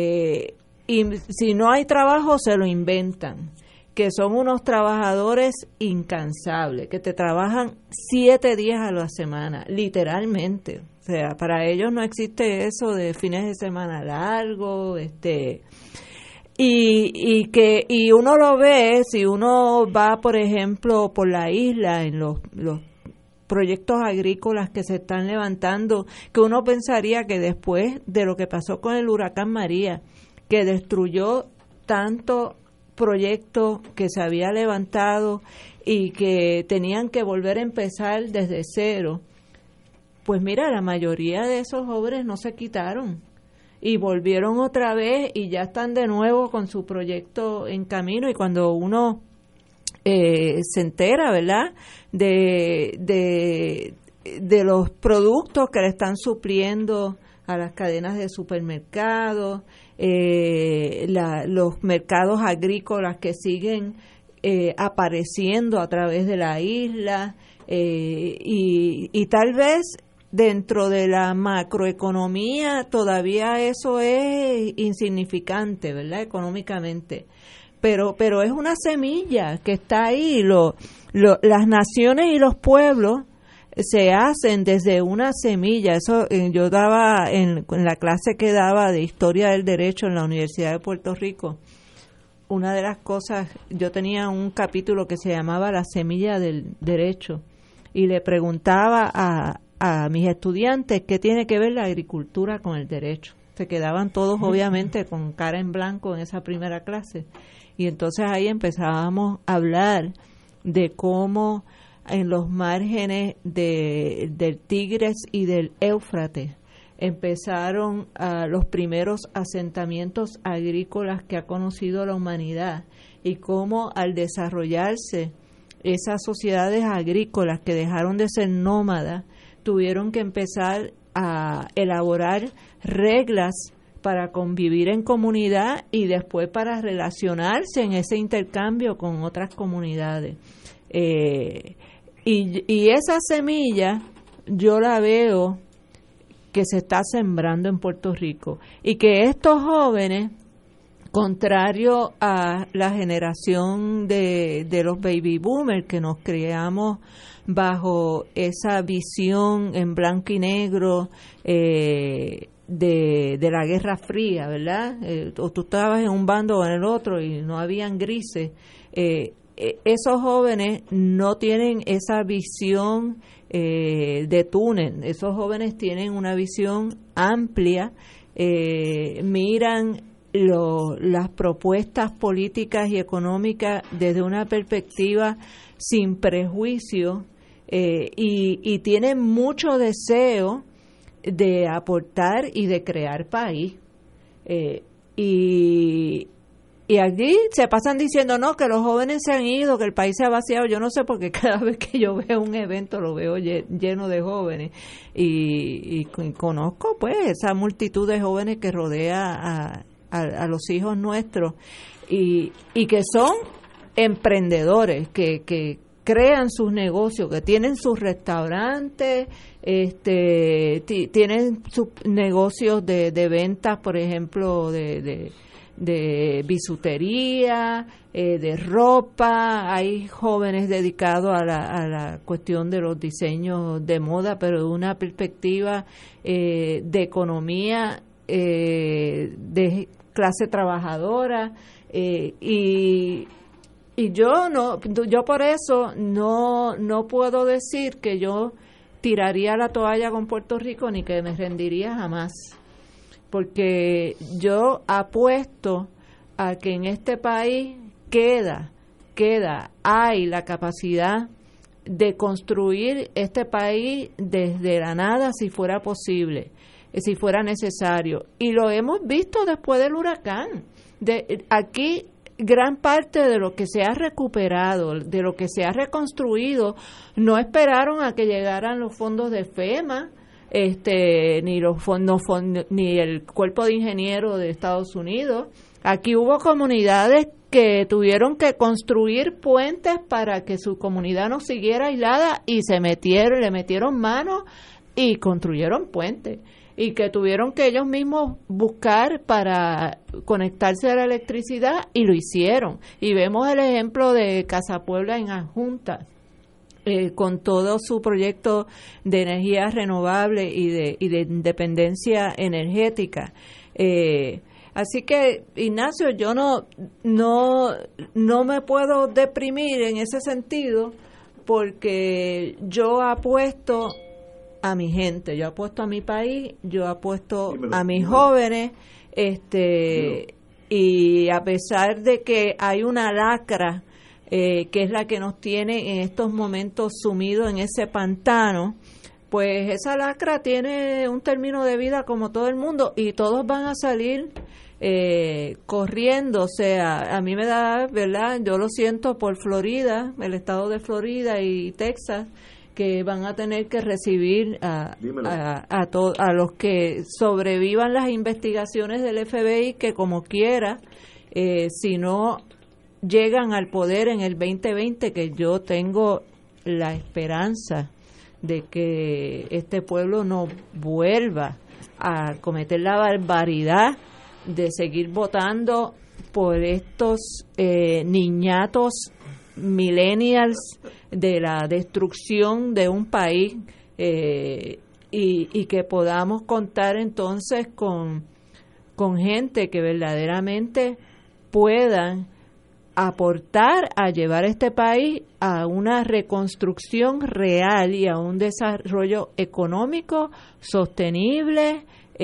si no hay trabajo se lo inventan, que son unos trabajadores incansables, que te trabajan 7 días a la semana, literalmente. O sea, para ellos no existe eso de fines de semana largos, y uno lo ve, si uno va, por ejemplo, por la isla, en los proyectos agrícolas que se están levantando, que uno pensaría que después de lo que pasó con el huracán María, que destruyó tanto proyecto que se había levantado y que tenían que volver a empezar desde cero, pues mira, la mayoría de esos jóvenes no se quitaron y volvieron otra vez y ya están de nuevo con su proyecto en camino. Y cuando uno se entera, ¿verdad?, de los productos que le están supliendo a las cadenas de supermercados, los mercados agrícolas que siguen apareciendo a través de la isla, y tal vez dentro de la macroeconomía todavía eso es insignificante, ¿verdad? Económicamente. Pero es una semilla que está ahí. Las naciones y los pueblos se hacen desde una semilla. Eso yo daba en la clase que daba de Historia del Derecho en la Universidad de Puerto Rico. Una de las cosas, yo tenía un capítulo que se llamaba La semilla del derecho y le preguntaba a mis estudiantes qué tiene que ver la agricultura con el derecho. Se quedaban todos obviamente con cara en blanco en esa primera clase. Y entonces ahí empezábamos a hablar de cómo en los márgenes del Tigris y del Éufrates empezaron los primeros asentamientos agrícolas que ha conocido la humanidad y cómo al desarrollarse esas sociedades agrícolas que dejaron de ser nómadas tuvieron que empezar a elaborar reglas para convivir en comunidad y después para relacionarse en ese intercambio con otras comunidades. Y esa semilla yo la veo que se está sembrando en Puerto Rico y que estos jóvenes, contrario a la generación de los baby boomers que nos criamos bajo esa visión en blanco y negro de la Guerra Fría, ¿verdad? O tú estabas en un bando o en el otro y no habían grises. Esos jóvenes no tienen esa visión de túnel. Esos jóvenes tienen una visión amplia, miran las propuestas políticas y económicas desde una perspectiva sin prejuicio y tienen mucho deseo de aportar y de crear país. Y aquí se pasan diciendo, no, que los jóvenes se han ido, que el país se ha vaciado. Yo no sé, porque cada vez que yo veo un evento lo veo lleno de jóvenes. Y conozco, pues, esa multitud de jóvenes que rodea a los hijos nuestros y que son emprendedores, que crean sus negocios, que tienen sus restaurantes, tienen sus negocios de ventas, por ejemplo, de bisutería, de ropa. Hay jóvenes dedicados a la cuestión de los diseños de moda, pero de una perspectiva de economía de clase trabajadora, y yo por eso no puedo decir que yo tiraría la toalla con Puerto Rico ni que me rendiría jamás, porque yo apuesto a que en este país hay la capacidad de construir este país desde la nada si fuera posible, si fuera necesario. Y lo hemos visto después del huracán. Aquí gran parte de lo que se ha recuperado, de lo que se ha reconstruido, no esperaron a que llegaran los fondos de FEMA, ni los fondos, ni el Cuerpo de Ingenieros de Estados Unidos. Aquí hubo comunidades que tuvieron que construir puentes para que su comunidad no siguiera aislada y le metieron mano y construyeron puentes, y que tuvieron que ellos mismos buscar para conectarse a la electricidad y lo hicieron. Y vemos el ejemplo de Casa Puebla en Adjunta, con todo su proyecto de energía renovable y de independencia energética. Así que, Ignacio, yo no me puedo deprimir en ese sentido, porque yo apuesto a mi gente, yo apuesto a mi país, yo apuesto a mis jóvenes, y a pesar de que hay una lacra que es la que nos tiene en estos momentos sumidos en ese pantano, pues esa lacra tiene un término de vida como todo el mundo y todos van a salir corriendo. O sea, a mí me da, ¿verdad? Yo lo siento por Florida, el estado de Florida y Texas, que van a tener que recibir a los que sobrevivan las investigaciones del FBI, que como quiera, si no llegan al poder en el 2020, que yo tengo la esperanza de que este pueblo no vuelva a cometer la barbaridad de seguir votando por estos niñatos millennials de la destrucción de un país, y que podamos contar entonces con gente que verdaderamente puedan aportar a llevar este país a una reconstrucción real y a un desarrollo económico sostenible,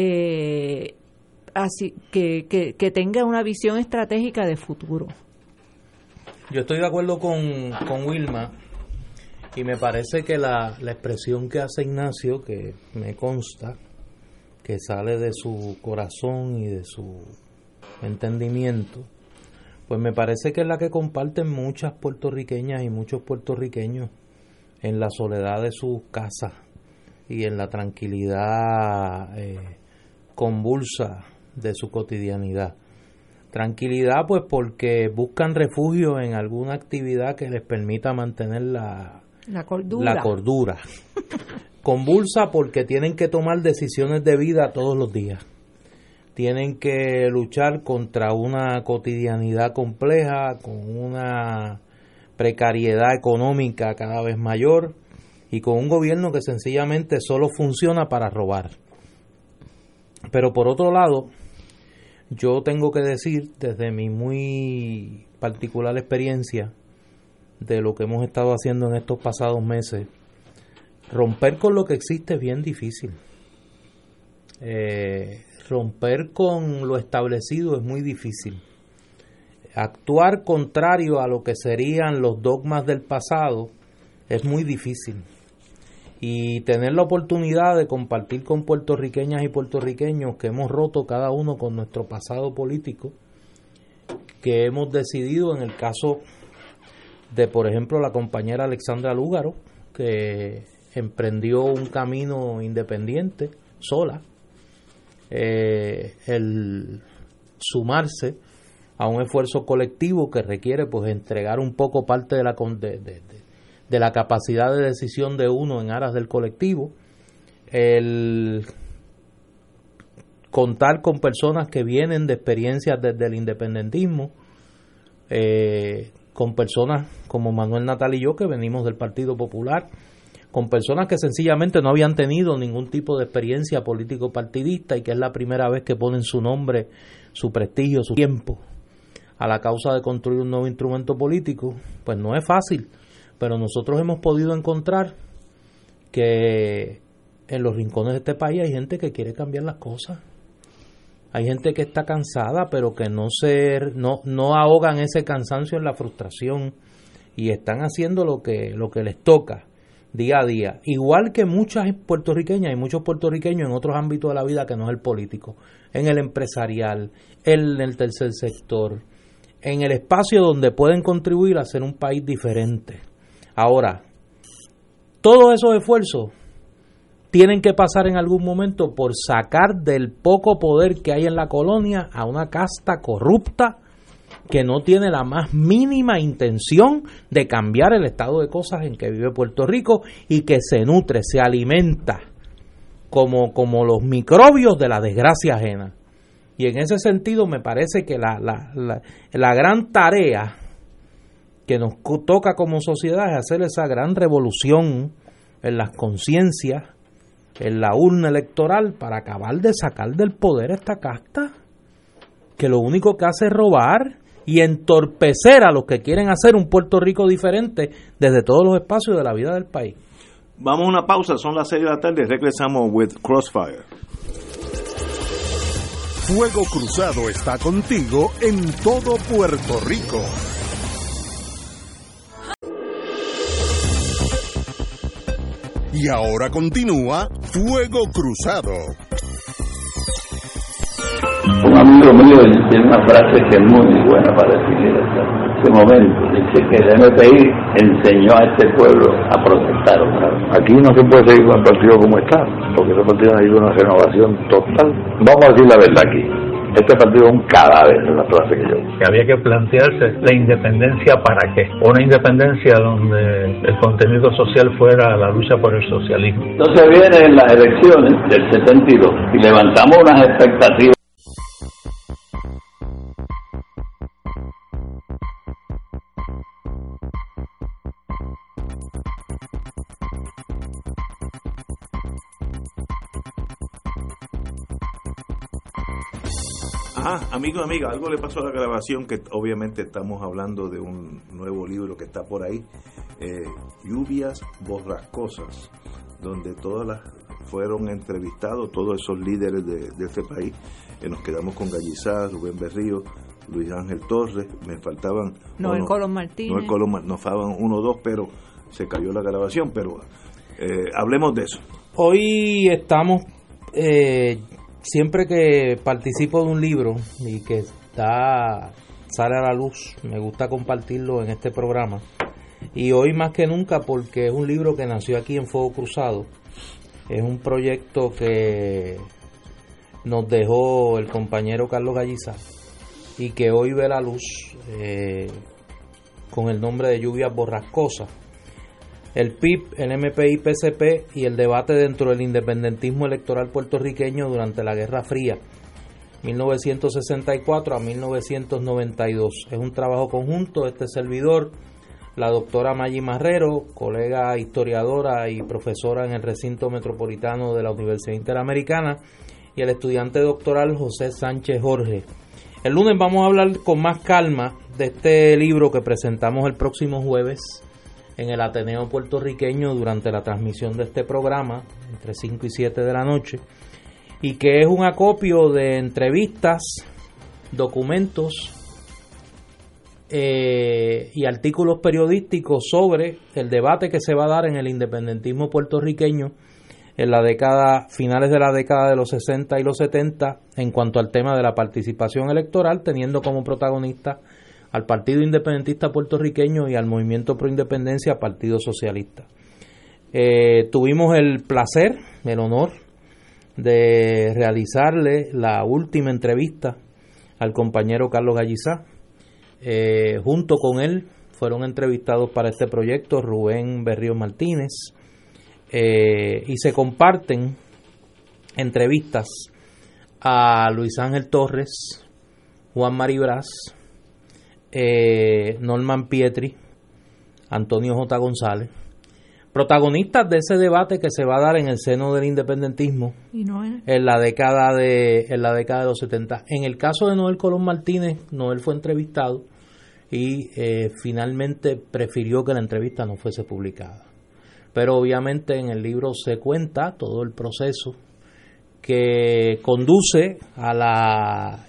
así que tenga una visión estratégica de futuro. Yo estoy de acuerdo con Wilma, y me parece que la expresión que hace Ignacio, que me consta que sale de su corazón y de su entendimiento, pues me parece que es la que comparten muchas puertorriqueñas y muchos puertorriqueños en la soledad de sus casas y en la tranquilidad convulsa de su cotidianidad. Tranquilidad pues porque buscan refugio en alguna actividad que les permita mantener la cordura. Convulsa porque tienen que tomar decisiones de vida todos los días. Tienen que luchar contra una cotidianidad compleja, con una precariedad económica cada vez mayor y con un gobierno que sencillamente solo funciona para robar. Pero por otro lado, yo tengo que decir, desde mi muy particular experiencia de lo que hemos estado haciendo en estos pasados meses, romper con lo que existe es bien difícil. Romper con lo establecido es muy difícil. Actuar contrario a lo que serían los dogmas del pasado es muy difícil. Y tener la oportunidad de compartir con puertorriqueñas y puertorriqueños que hemos roto cada uno con nuestro pasado político, que hemos decidido, en el caso de, por ejemplo, la compañera Alexandra Lúgaro, que emprendió un camino independiente, sola, el sumarse a un esfuerzo colectivo que requiere pues entregar un poco parte de la capacidad de decisión de uno en aras del colectivo, el contar con personas que vienen de experiencias desde el independentismo, con personas como Manuel Natal y yo, que venimos del Partido Popular, con personas que sencillamente no habían tenido ningún tipo de experiencia político-partidista y que es la primera vez que ponen su nombre, su prestigio, su tiempo a la causa de construir un nuevo instrumento político. Pues no es fácil, pero nosotros hemos podido encontrar que en los rincones de este país hay gente que quiere cambiar las cosas. Hay gente que está cansada, pero que no ahogan ese cansancio en la frustración y están haciendo lo que les toca día a día. Igual que muchas puertorriqueñas y muchos puertorriqueños en otros ámbitos de la vida que no es el político, en el empresarial, en el tercer sector, en el espacio donde pueden contribuir a hacer un país diferente. Ahora, todos esos esfuerzos tienen que pasar en algún momento por sacar del poco poder que hay en la colonia a una casta corrupta que no tiene la más mínima intención de cambiar el estado de cosas en que vive Puerto Rico y que se nutre, se alimenta como los microbios de la desgracia ajena. Y en ese sentido me parece que la gran tarea que nos toca como sociedad es hacer esa gran revolución en las conciencias, en la urna electoral, para acabar de sacar del poder a esta casta que lo único que hace es robar y entorpecer a los que quieren hacer un Puerto Rico diferente desde todos los espacios de la vida del país. Vamos a una pausa, son las 6 de la tarde, regresamos with Crossfire. Fuego Cruzado está contigo en todo Puerto Rico. Y ahora continúa Fuego Cruzado. Un amigo mío tiene una frase que es muy buena para definir este momento. Dice que el MPI enseñó a este pueblo a protestar otra vez. Aquí no se puede seguir con el partido como está, porque ese partido necesita una renovación total. Vamos a decir la verdad aquí. Este partido es un cadáver, es la frase que yo uso. Que había que plantearse la independencia para qué. Una independencia donde el contenido social fuera la lucha por el socialismo. Entonces vienen las elecciones del 72 y levantamos unas expectativas. Amigos y amigas, algo le pasó a la grabación, que obviamente estamos hablando de un nuevo libro que está por ahí, Lluvias Borrascosas, donde fueron entrevistados todos esos líderes de este país. Nos quedamos con Gallizá, Rubén Berrío, Luis Ángel Torres, me faltaban Noel Colón Martínez, nos faltaban 1 o 2, pero se cayó la grabación, pero hablemos de eso. Hoy estamos siempre que participo de un libro y que sale a la luz, me gusta compartirlo en este programa. Y hoy más que nunca, porque es un libro que nació aquí en Fuego Cruzado. Es un proyecto que nos dejó el compañero Carlos Gallizá y que hoy ve la luz con el nombre de Lluvias Borrascosas. El PIB, el MPI, PCP y el debate dentro del independentismo electoral puertorriqueño durante la Guerra Fría, 1964 a 1992. Es un trabajo conjunto de este servidor, la doctora Maggi Marrero, colega historiadora y profesora en el recinto metropolitano de la Universidad Interamericana, y el estudiante doctoral José Sánchez Jorge. El lunes vamos a hablar con más calma de este libro que presentamos el próximo jueves en el Ateneo puertorriqueño durante la transmisión de este programa, entre 5 y 7 de la noche, y que es un acopio de entrevistas, documentos y artículos periodísticos sobre el debate que se va a dar en el independentismo puertorriqueño en la década, finales de la década de los 60 y los 70, en cuanto al tema de la participación electoral, teniendo como protagonista al Partido Independentista Puertorriqueño y al Movimiento Pro Independencia, Partido Socialista. Tuvimos el placer, el honor de realizarle la última entrevista al compañero Carlos Gallizá. Junto con él fueron entrevistados para este proyecto Rubén Berrío Martínez, y se comparten entrevistas a Luis Ángel Torres, Juan Maribraz, Norman Pietri, Antonio J. González, protagonistas de ese debate que se va a dar en el seno del independentismo en la década de los 70. En el caso de Noel Colón Martínez, Noel fue entrevistado y finalmente prefirió que la entrevista no fuese publicada. Pero obviamente en el libro se cuenta todo el proceso que conduce a la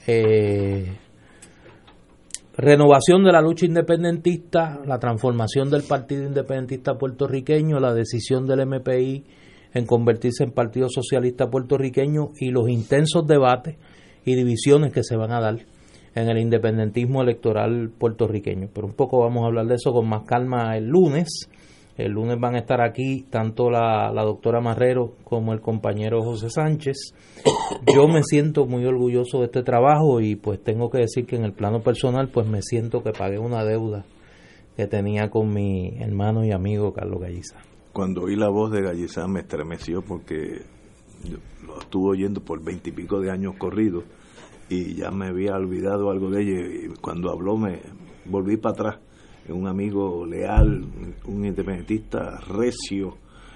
renovación de la lucha independentista, la transformación del Partido Independentista Puertorriqueño, la decisión del MPI en convertirse en Partido Socialista Puertorriqueño y los intensos debates y divisiones que se van a dar en el independentismo electoral puertorriqueño. Pero un poco vamos a hablar de eso con más calma el lunes. El lunes van a estar aquí tanto la doctora Marrero como el compañero José Sánchez. Yo me siento muy orgulloso de este trabajo y pues tengo que decir que en el plano personal pues me siento que pagué una deuda que tenía con mi hermano y amigo Carlos Gallizá. Cuando oí la voz de Gallizá me estremeció porque lo estuve oyendo por 20 y pico de años corridos y ya me había olvidado algo de ella, y cuando habló me volví para atrás. Un amigo leal, un independentista recio,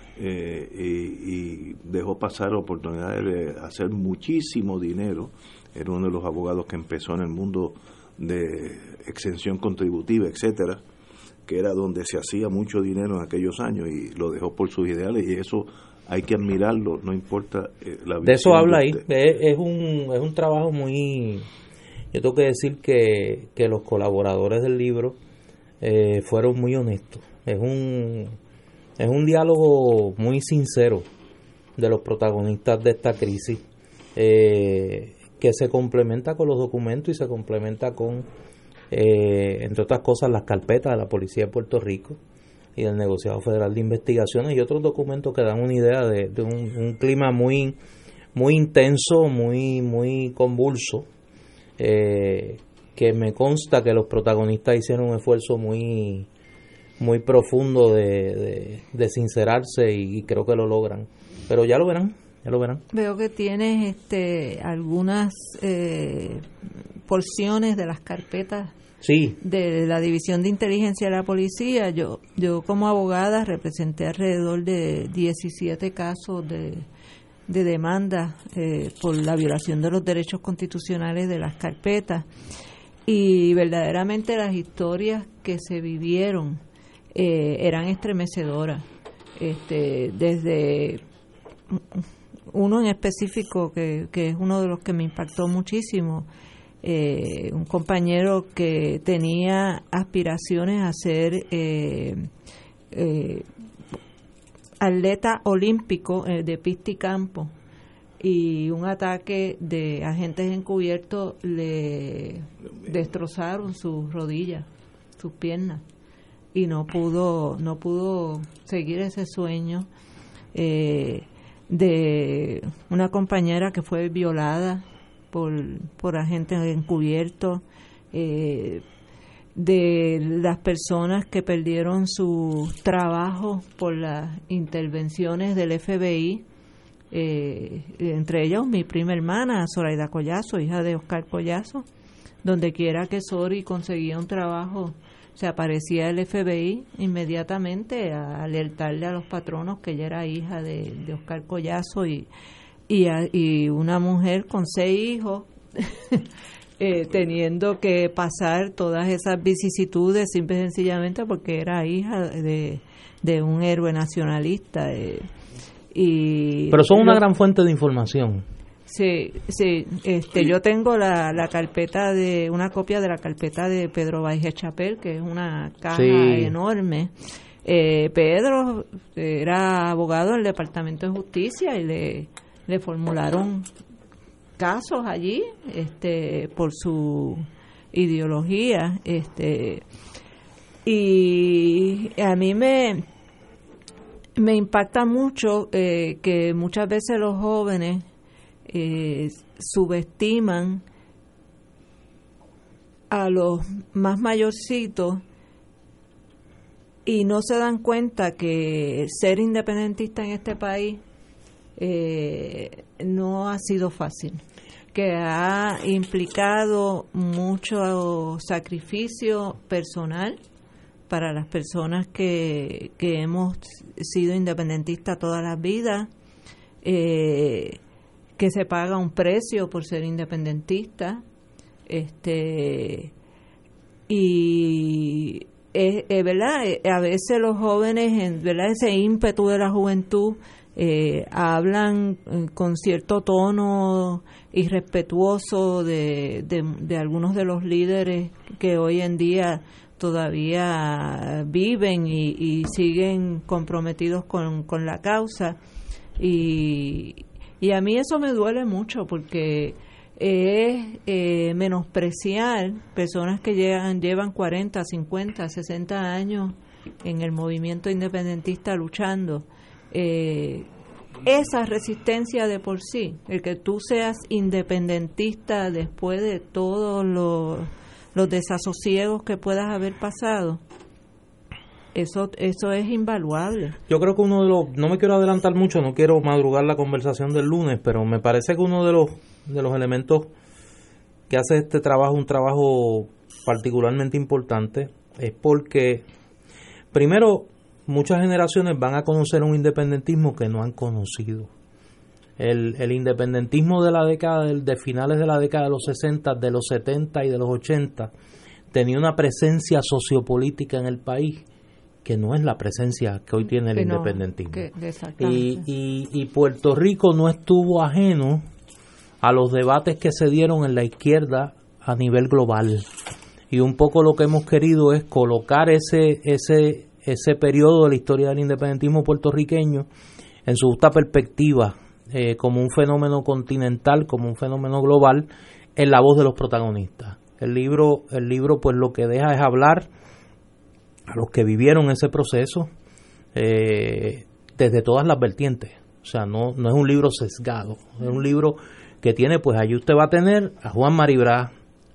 y dejó pasar oportunidades de hacer muchísimo dinero. Era uno de los abogados que empezó en el mundo de exención contributiva, etcétera, que era donde se hacía mucho dinero en aquellos años, y lo dejó por sus ideales, y eso hay que admirarlo, no importa la visión. De eso habla ahí. Es un trabajo muy... Yo tengo que decir que los colaboradores del libro fueron muy honestos. Es un diálogo muy sincero de los protagonistas de esta crisis, que se complementa con los documentos y se complementa con, entre otras cosas, las carpetas de la Policía de Puerto Rico y del Negociado Federal de Investigaciones y otros documentos que dan una idea de un clima muy, muy intenso, muy, muy convulso que me consta que los protagonistas hicieron un esfuerzo muy profundo de sincerarse y creo que lo logran. Pero ya lo verán. Veo que tienes algunas porciones de las carpetas sí. de la División de Inteligencia de la Policía. Yo como abogada representé alrededor de 17 casos de demanda por la violación de los derechos constitucionales de las carpetas, y verdaderamente las historias que se vivieron eran estremecedoras. Desde uno en específico que es uno de los que me impactó muchísimo, un compañero que tenía aspiraciones a ser atleta olímpico de pista y campo, y un ataque de agentes encubiertos le destrozaron sus rodillas, sus piernas, y no pudo seguir ese sueño. De una compañera que fue violada por agentes encubiertos, de las personas que perdieron su trabajo por las intervenciones del FBI, entre ellos mi prima hermana Zoraida Collazo, hija de Oscar Collazo. Donde quiera que Sori conseguía un trabajo, se aparecía el FBI inmediatamente a alertarle a los patronos que ella era hija de Oscar Collazo, y una mujer con 6 hijos teniendo que pasar todas esas vicisitudes simple y sencillamente porque era hija de un héroe nacionalista. Pero son una gran fuente de información. Sí. Yo tengo la carpeta una copia de la carpeta de Pedro Baije Chapel, que es una caja enorme. Pedro era abogado del Departamento de Justicia y le formularon casos allí por su ideología, y a mí me impacta mucho que muchas veces los jóvenes subestiman a los más mayorcitos y no se dan cuenta que ser independentista en este país no ha sido fácil, que ha implicado mucho sacrificio personal para las personas que hemos sido independentistas toda la vida, que se paga un precio por ser independentista, y verdad, a veces los jóvenes, verdad, ese ímpetu de la juventud, hablan con cierto tono irrespetuoso de algunos de los líderes que hoy en día todavía viven y siguen comprometidos con la causa, y a mí eso me duele mucho porque es menospreciar personas que llevan 40, 50, 60 años en el movimiento independentista luchando. Esa resistencia de por sí, el que tú seas independentista después de todos los desasosiegos que puedas haber pasado, eso es invaluable. Yo creo que no me quiero adelantar mucho, no quiero madrugar la conversación del lunes, pero me parece que uno de los elementos que hace este trabajo un trabajo particularmente importante es porque, primero, muchas generaciones van a conocer un independentismo que no han conocido. El independentismo de la década de finales de la década de los 60, de los 70 y de los 80 tenía una presencia sociopolítica en el país que no es la presencia que hoy tiene el independentismo. Y Puerto Rico no estuvo ajeno a los debates que se dieron en la izquierda a nivel global. Y un poco lo que hemos querido es colocar ese periodo de la historia del independentismo puertorriqueño en su justa perspectiva, como un fenómeno continental, como un fenómeno global, en la voz de los protagonistas. El libro pues lo que deja es hablar a los que vivieron ese proceso desde todas las vertientes. O sea, no es un libro sesgado, es un libro que tiene, pues allí usted va a tener a Juan Maribra,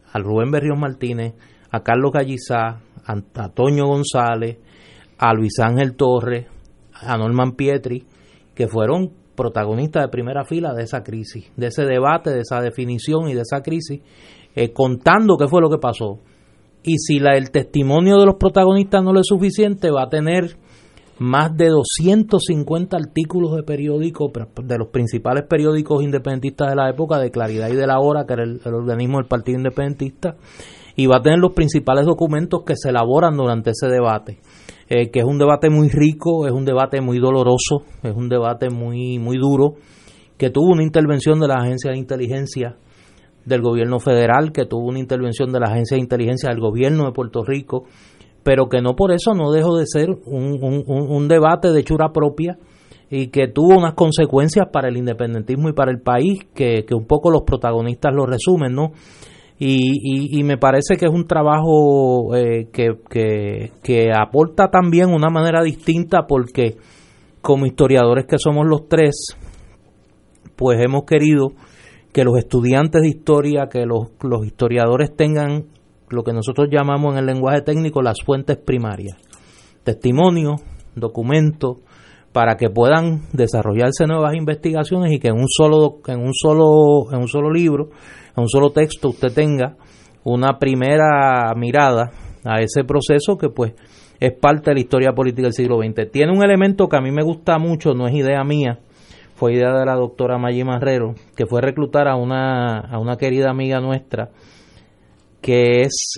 a Rubén Berríos Martínez, a Carlos Gallizá, a Toño González, a Luis Ángel Torres, a Norman Pietri, que fueron protagonistas de primera fila de esa crisis, de ese debate, de esa definición y de esa crisis, contando qué fue lo que pasó. Y si el testimonio de los protagonistas no le es suficiente, va a tener más de 250 artículos de periódicos, de los principales periódicos independentistas de la época, de Claridad y de La Hora, que era el organismo del Partido Independentista, y va a tener los principales documentos que se elaboran durante ese debate, que es un debate muy rico, es un debate muy doloroso, es un debate muy, muy duro, que tuvo una intervención de la Agencia de Inteligencia del gobierno federal, que tuvo una intervención de la Agencia de Inteligencia del gobierno de Puerto Rico, pero que no por eso no dejó de ser un debate de hechura propia y que tuvo unas consecuencias para el independentismo y para el país que un poco los protagonistas lo resumen, ¿no? Y me parece que es un trabajo que aporta también una manera distinta, porque como historiadores que somos los tres, pues hemos querido que los estudiantes de historia, que los historiadores tengan lo que nosotros llamamos en el lenguaje técnico las fuentes primarias, testimonios, documentos, para que puedan desarrollarse nuevas investigaciones y que en un solo libro, en un solo texto, usted tenga una primera mirada a ese proceso que pues es parte de la historia política del siglo XX. Tiene un elemento que a mí me gusta mucho, no es idea mía, fue idea de la doctora Maggi Marrero, que fue reclutar a una querida amiga nuestra, que es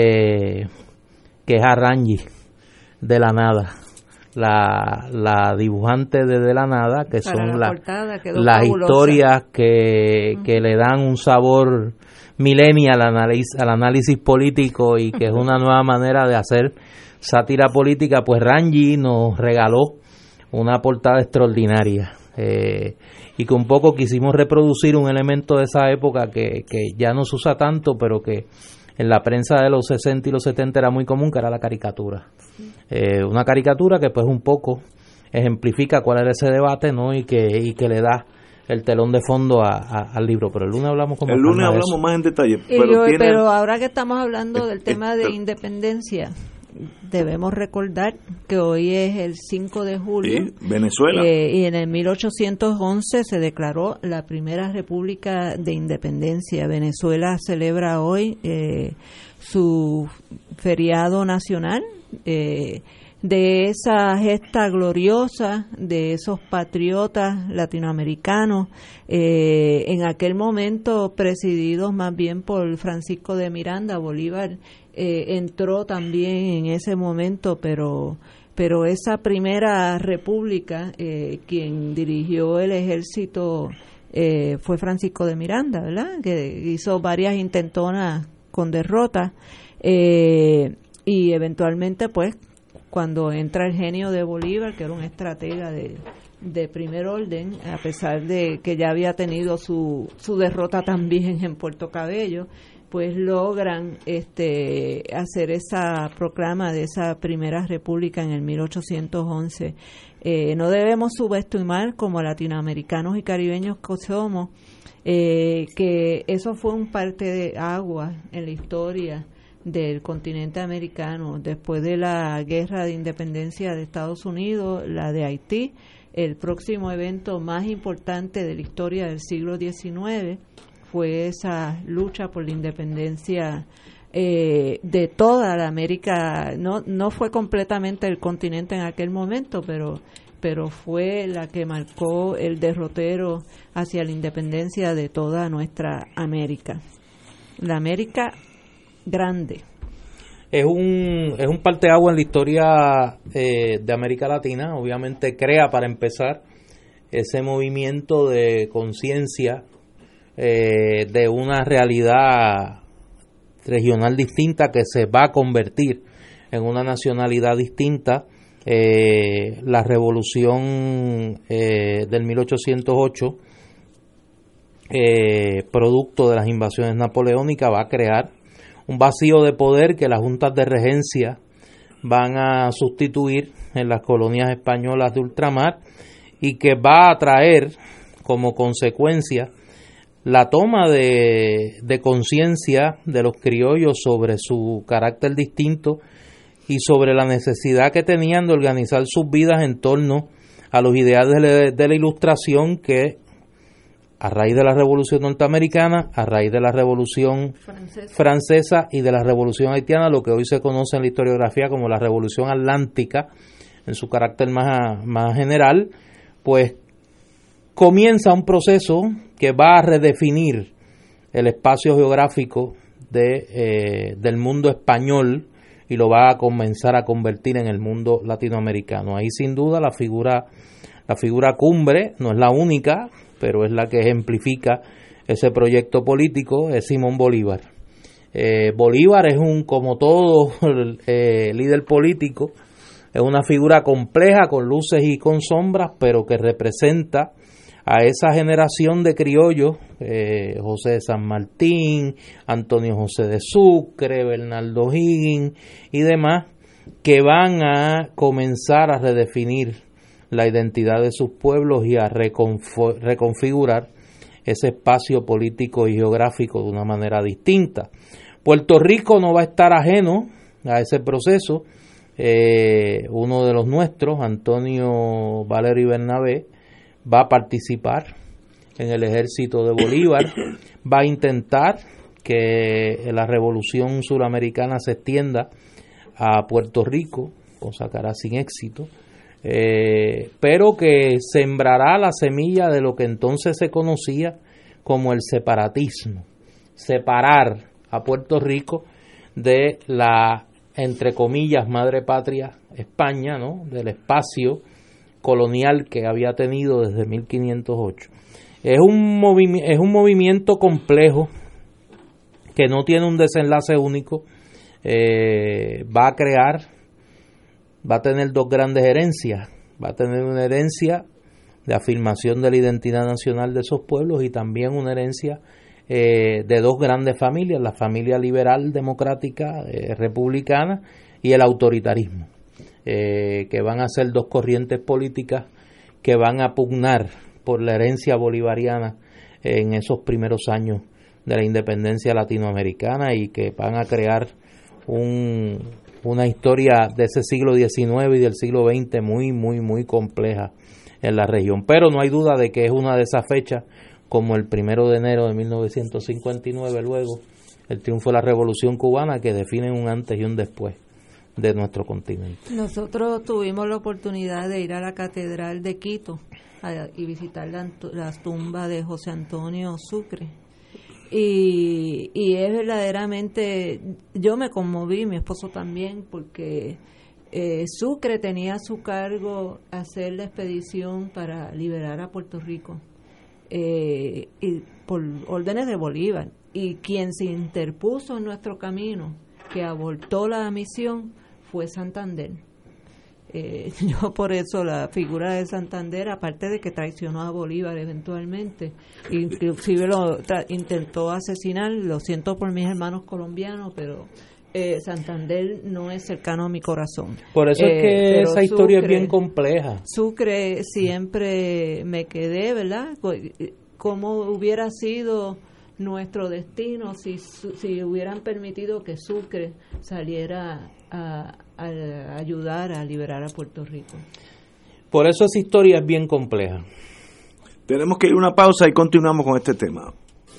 a Rangi de La Nada, la dibujante de La Nada, que son las historias que le dan un sabor millennial al análisis político y que es una nueva manera de hacer sátira política. Pues Rangi nos regaló una portada extraordinaria, y que un poco quisimos reproducir un elemento de esa época que ya no se usa tanto, pero que en la prensa de los 60 y los 70 era muy común, que era la caricatura. Una caricatura que pues un poco ejemplifica cuál era ese debate, ¿no? Y que le da el telón de fondo al libro. Pero el lunes hablamos más en detalle. Pero ahora que estamos hablando del tema de independencia, debemos recordar que hoy es el 5 de julio. Sí, Venezuela. Y en el 1811 se declaró la primera república de independencia. Venezuela celebra hoy su feriado nacional, de esa gesta gloriosa de esos patriotas latinoamericanos, en aquel momento presididos más bien por Francisco de Miranda. Bolívar entró también en ese momento, pero esa primera república, quien dirigió el ejército fue Francisco de Miranda, ¿verdad? Que hizo varias intentonas con derrota, y eventualmente pues cuando entra el genio de Bolívar, que era un estratega de primer orden, a pesar de que ya había tenido su derrota también en Puerto Cabello, pues logran hacer esa proclama de esa primera república en el 1811. No debemos subestimar, como latinoamericanos y caribeños que somos, que eso fue un parte de agua en la historia del continente americano. Después de la guerra de independencia de Estados Unidos, la de Haití, el próximo evento más importante de la historia del siglo XIX fue esa lucha por la independencia de toda la América. No fue completamente el continente en aquel momento, pero fue la que marcó el derrotero hacia la independencia de toda nuestra América. La América grande. Es un parteaguas en la historia de América Latina. Obviamente crea, para empezar, ese movimiento de conciencia de una realidad regional distinta que se va a convertir en una nacionalidad distinta. La revolución del 1808, producto de las invasiones napoleónicas, va a crear un vacío de poder que las juntas de regencia van a sustituir en las colonias españolas de ultramar, y que va a traer como consecuencia la toma de conciencia de los criollos sobre su carácter distinto y sobre la necesidad que tenían de organizar sus vidas en torno a los ideales de la Ilustración, que a raíz de la Revolución Norteamericana, a raíz de la Revolución Francesa y de la Revolución Haitiana, lo que hoy se conoce en la historiografía como la Revolución Atlántica, en su carácter más general, pues comienza un proceso que va a redefinir el espacio geográfico del mundo español y lo va a comenzar a convertir en el mundo latinoamericano. Ahí sin duda la figura cumbre, no es la única, pero es la que ejemplifica ese proyecto político, es Simón Bolívar. Bolívar es como todo líder político, es una figura compleja con luces y con sombras, pero que representa a esa generación de criollos, José de San Martín, Antonio José de Sucre, Bernardo O'Higgins y demás, que van a comenzar a redefinir la identidad de sus pueblos y a reconfigurar ese espacio político y geográfico de una manera distinta. Puerto Rico no va a estar ajeno a ese proceso. Uno de los nuestros, Antonio Valero y Bernabé, va a participar en el ejército de Bolívar, va a intentar que la revolución suramericana se extienda a Puerto Rico, cosa que hará sin éxito, pero que sembrará la semilla de lo que entonces se conocía como el separatismo, separar a Puerto Rico de la, entre comillas, madre patria España, ¿no?, del espacio colonial que había tenido desde 1508. Es un movimiento complejo que no tiene un desenlace único. Va a tener dos grandes herencias. Va a tener una herencia de afirmación de la identidad nacional de esos pueblos y también una herencia de dos grandes familias, la familia liberal democrática republicana y el autoritarismo, que van a ser dos corrientes políticas que van a pugnar por la herencia bolivariana en esos primeros años de la independencia latinoamericana y que van a crear una historia de ese siglo XIX y del siglo XX muy, muy, muy compleja en la región. Pero no hay duda de que es una de esas fechas, como el 1 de enero de 1959, luego el triunfo de la Revolución Cubana, que definen un antes y un después de nuestro continente. Nosotros tuvimos la oportunidad de ir a la Catedral de Quito y visitar las tumbas de José Antonio Sucre. Y es verdaderamente, yo me conmoví, mi esposo también, porque Sucre tenía a su cargo hacer la expedición para liberar a Puerto Rico, y por órdenes de Bolívar, y quien se interpuso en nuestro camino, que abortó la misión, fue Santander. Yo por eso la figura de Santander, aparte de que traicionó a Bolívar eventualmente, inclusive intentó asesinar, lo siento por mis hermanos colombianos, pero Santander no es cercano a mi corazón. Por eso es que esa historia es bien compleja. Sucre siempre me quedé, ¿verdad? ¿Cómo hubiera sido nuestro destino si hubieran permitido que Sucre saliera a ayudar a liberar a Puerto Rico? Por eso esa historia es bien compleja. Tenemos que ir a una pausa y continuamos con este tema.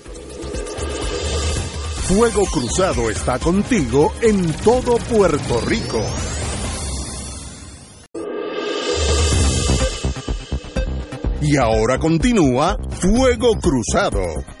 Fuego Cruzado está contigo en todo Puerto Rico. Y ahora continúa Fuego Cruzado.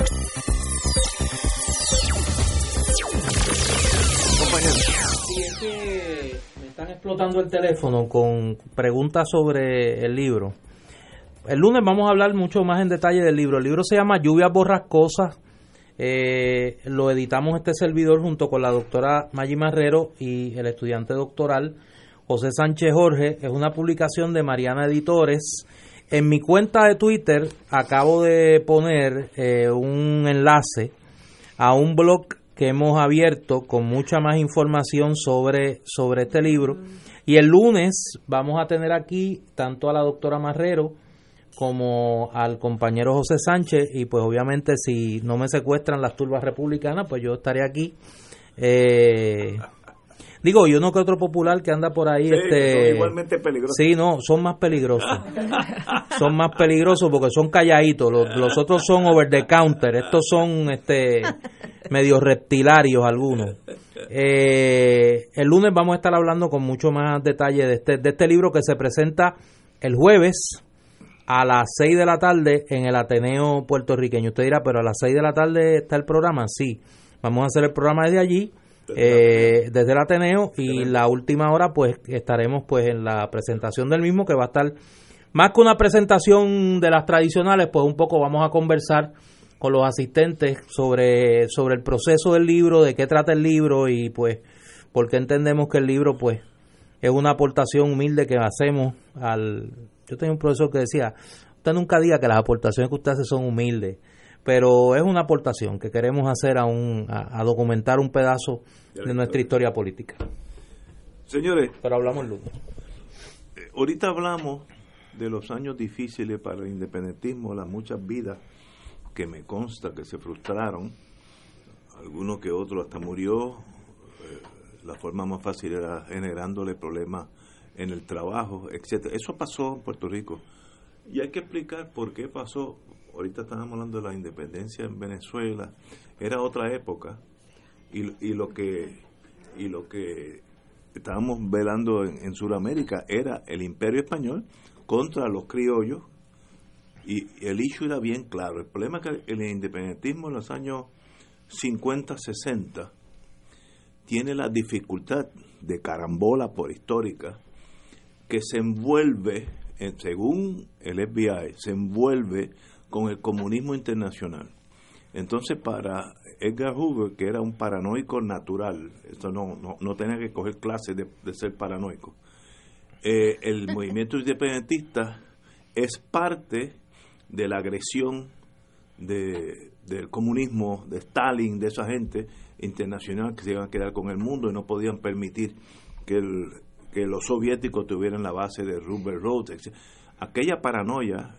Sí, es que me están explotando el teléfono con preguntas sobre el libro. El lunes vamos a hablar mucho más en detalle del libro. El libro se llama Lluvias Borrascosas. Lo editamos este servidor junto con la doctora Maggi Marrero y el estudiante doctoral José Sánchez Jorge. Es una publicación de Mariana Editores. En mi cuenta de Twitter acabo de poner un enlace a un blog que hemos abierto con mucha más información sobre este libro. Y el lunes vamos a tener aquí tanto a la doctora Marrero como al compañero José Sánchez, y pues obviamente si no me secuestran las turbas republicanas, pues yo estaré aquí. Digo, y uno que otro popular que anda por ahí. Son igualmente peligrosos. Sí, no, son más peligrosos. Son más peligrosos porque son calladitos. Los otros son over the counter. Estos son medio reptilarios algunos. El lunes vamos a estar hablando con mucho más detalle de este libro que se presenta el jueves a las 6 de la tarde en el Ateneo puertorriqueño. Usted dirá, pero a las 6 de la tarde está el programa. Sí, vamos a hacer el programa desde allí. Desde el Ateneo, y la última hora pues estaremos pues en la presentación del mismo, que va a estar más que una presentación de las tradicionales, pues un poco vamos a conversar con los asistentes sobre el proceso del libro, de qué trata el libro y pues por qué entendemos que el libro pues es una aportación humilde que hacemos yo tenía un profesor que decía, usted nunca diga que las aportaciones que usted hace son humildes, pero es una aportación que queremos hacer a documentar un pedazo de nuestra historia política. Señores, pero hablamos el lunes. Ahorita hablamos de los años difíciles para el independentismo, las muchas vidas que me consta que se frustraron, algunos que otros hasta murió. La forma más fácil era generándole problemas en el trabajo, etcétera. Eso pasó en Puerto Rico y hay que explicar por qué pasó. Ahorita estábamos hablando de la independencia en Venezuela, era otra época, y lo que estábamos velando en Sudamérica era el Imperio Español contra los criollos, y el issue era bien claro. El problema es que el independentismo en los años 50, 60 tiene la dificultad de carambola por histórica, que se envuelve, según el FBI, se envuelve con el comunismo internacional. Entonces, para Edgar Hoover, que era un paranoico natural, esto no tenía que coger clases de ser paranoico, el movimiento independentista es parte de la agresión del comunismo, de Stalin, de esa gente internacional que se iban a quedar con el mundo y no podían permitir que los soviéticos tuvieran la base de Rubber Road, etc. Aquella paranoia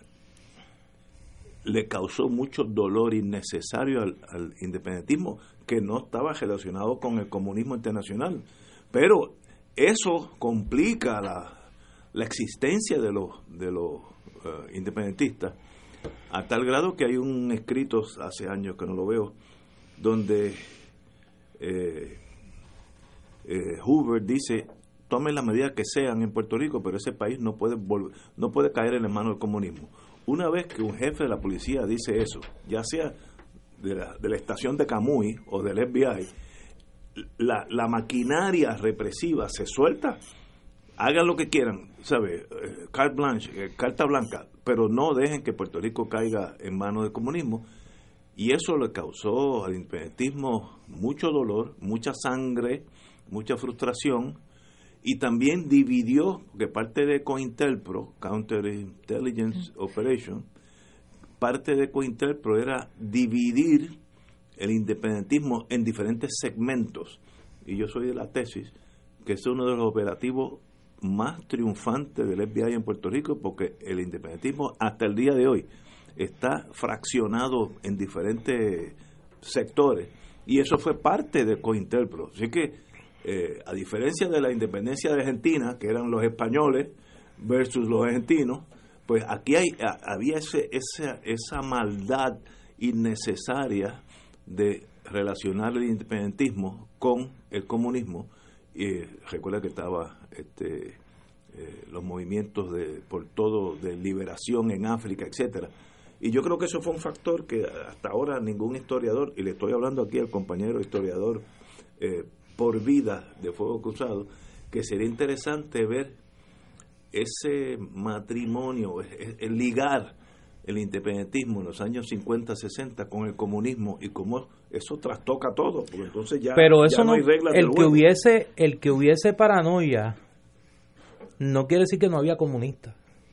le causó mucho dolor innecesario al independentismo, que no estaba relacionado con el comunismo internacional. Pero eso complica la existencia de los independentistas, a tal grado que hay un escrito hace años que no lo veo, donde Hoover dice: tomen las medidas que sean en Puerto Rico, pero ese país no puede caer en las manos del comunismo. Una vez que un jefe de la policía dice eso, ya sea de la estación de Camuy o del FBI, la maquinaria represiva se suelta. Hagan lo que quieran, ¿sabe? Carte blanche, carta blanca, pero no dejen que Puerto Rico caiga en manos del comunismo. Y eso le causó al independentismo mucho dolor, mucha sangre, mucha frustración, y también dividió, porque parte de COINTELPRO, Counterintelligence Operation, parte de COINTELPRO era dividir el independentismo en diferentes segmentos. Y yo soy de la tesis que es uno de los operativos más triunfantes del FBI en Puerto Rico, porque el independentismo hasta el día de hoy está fraccionado en diferentes sectores, y eso fue parte de COINTELPRO. Así que a diferencia de la independencia de Argentina, que eran los españoles versus los argentinos, pues aquí había esa maldad innecesaria de relacionar el independentismo con el comunismo. Y recuerda que estaba los movimientos por todo de liberación en África, etcétera. Y yo creo que eso fue un factor que hasta ahora ningún historiador, y le estoy hablando aquí al compañero historiador por vida de Fuego Cruzado, que sería interesante ver ese matrimonio, el ligar el independentismo en los años 50, 60 con el comunismo, y cómo eso trastoca todo, porque entonces pero eso ya no hay reglas del juego. El que hubiese paranoia no quiere decir que no había comunistas.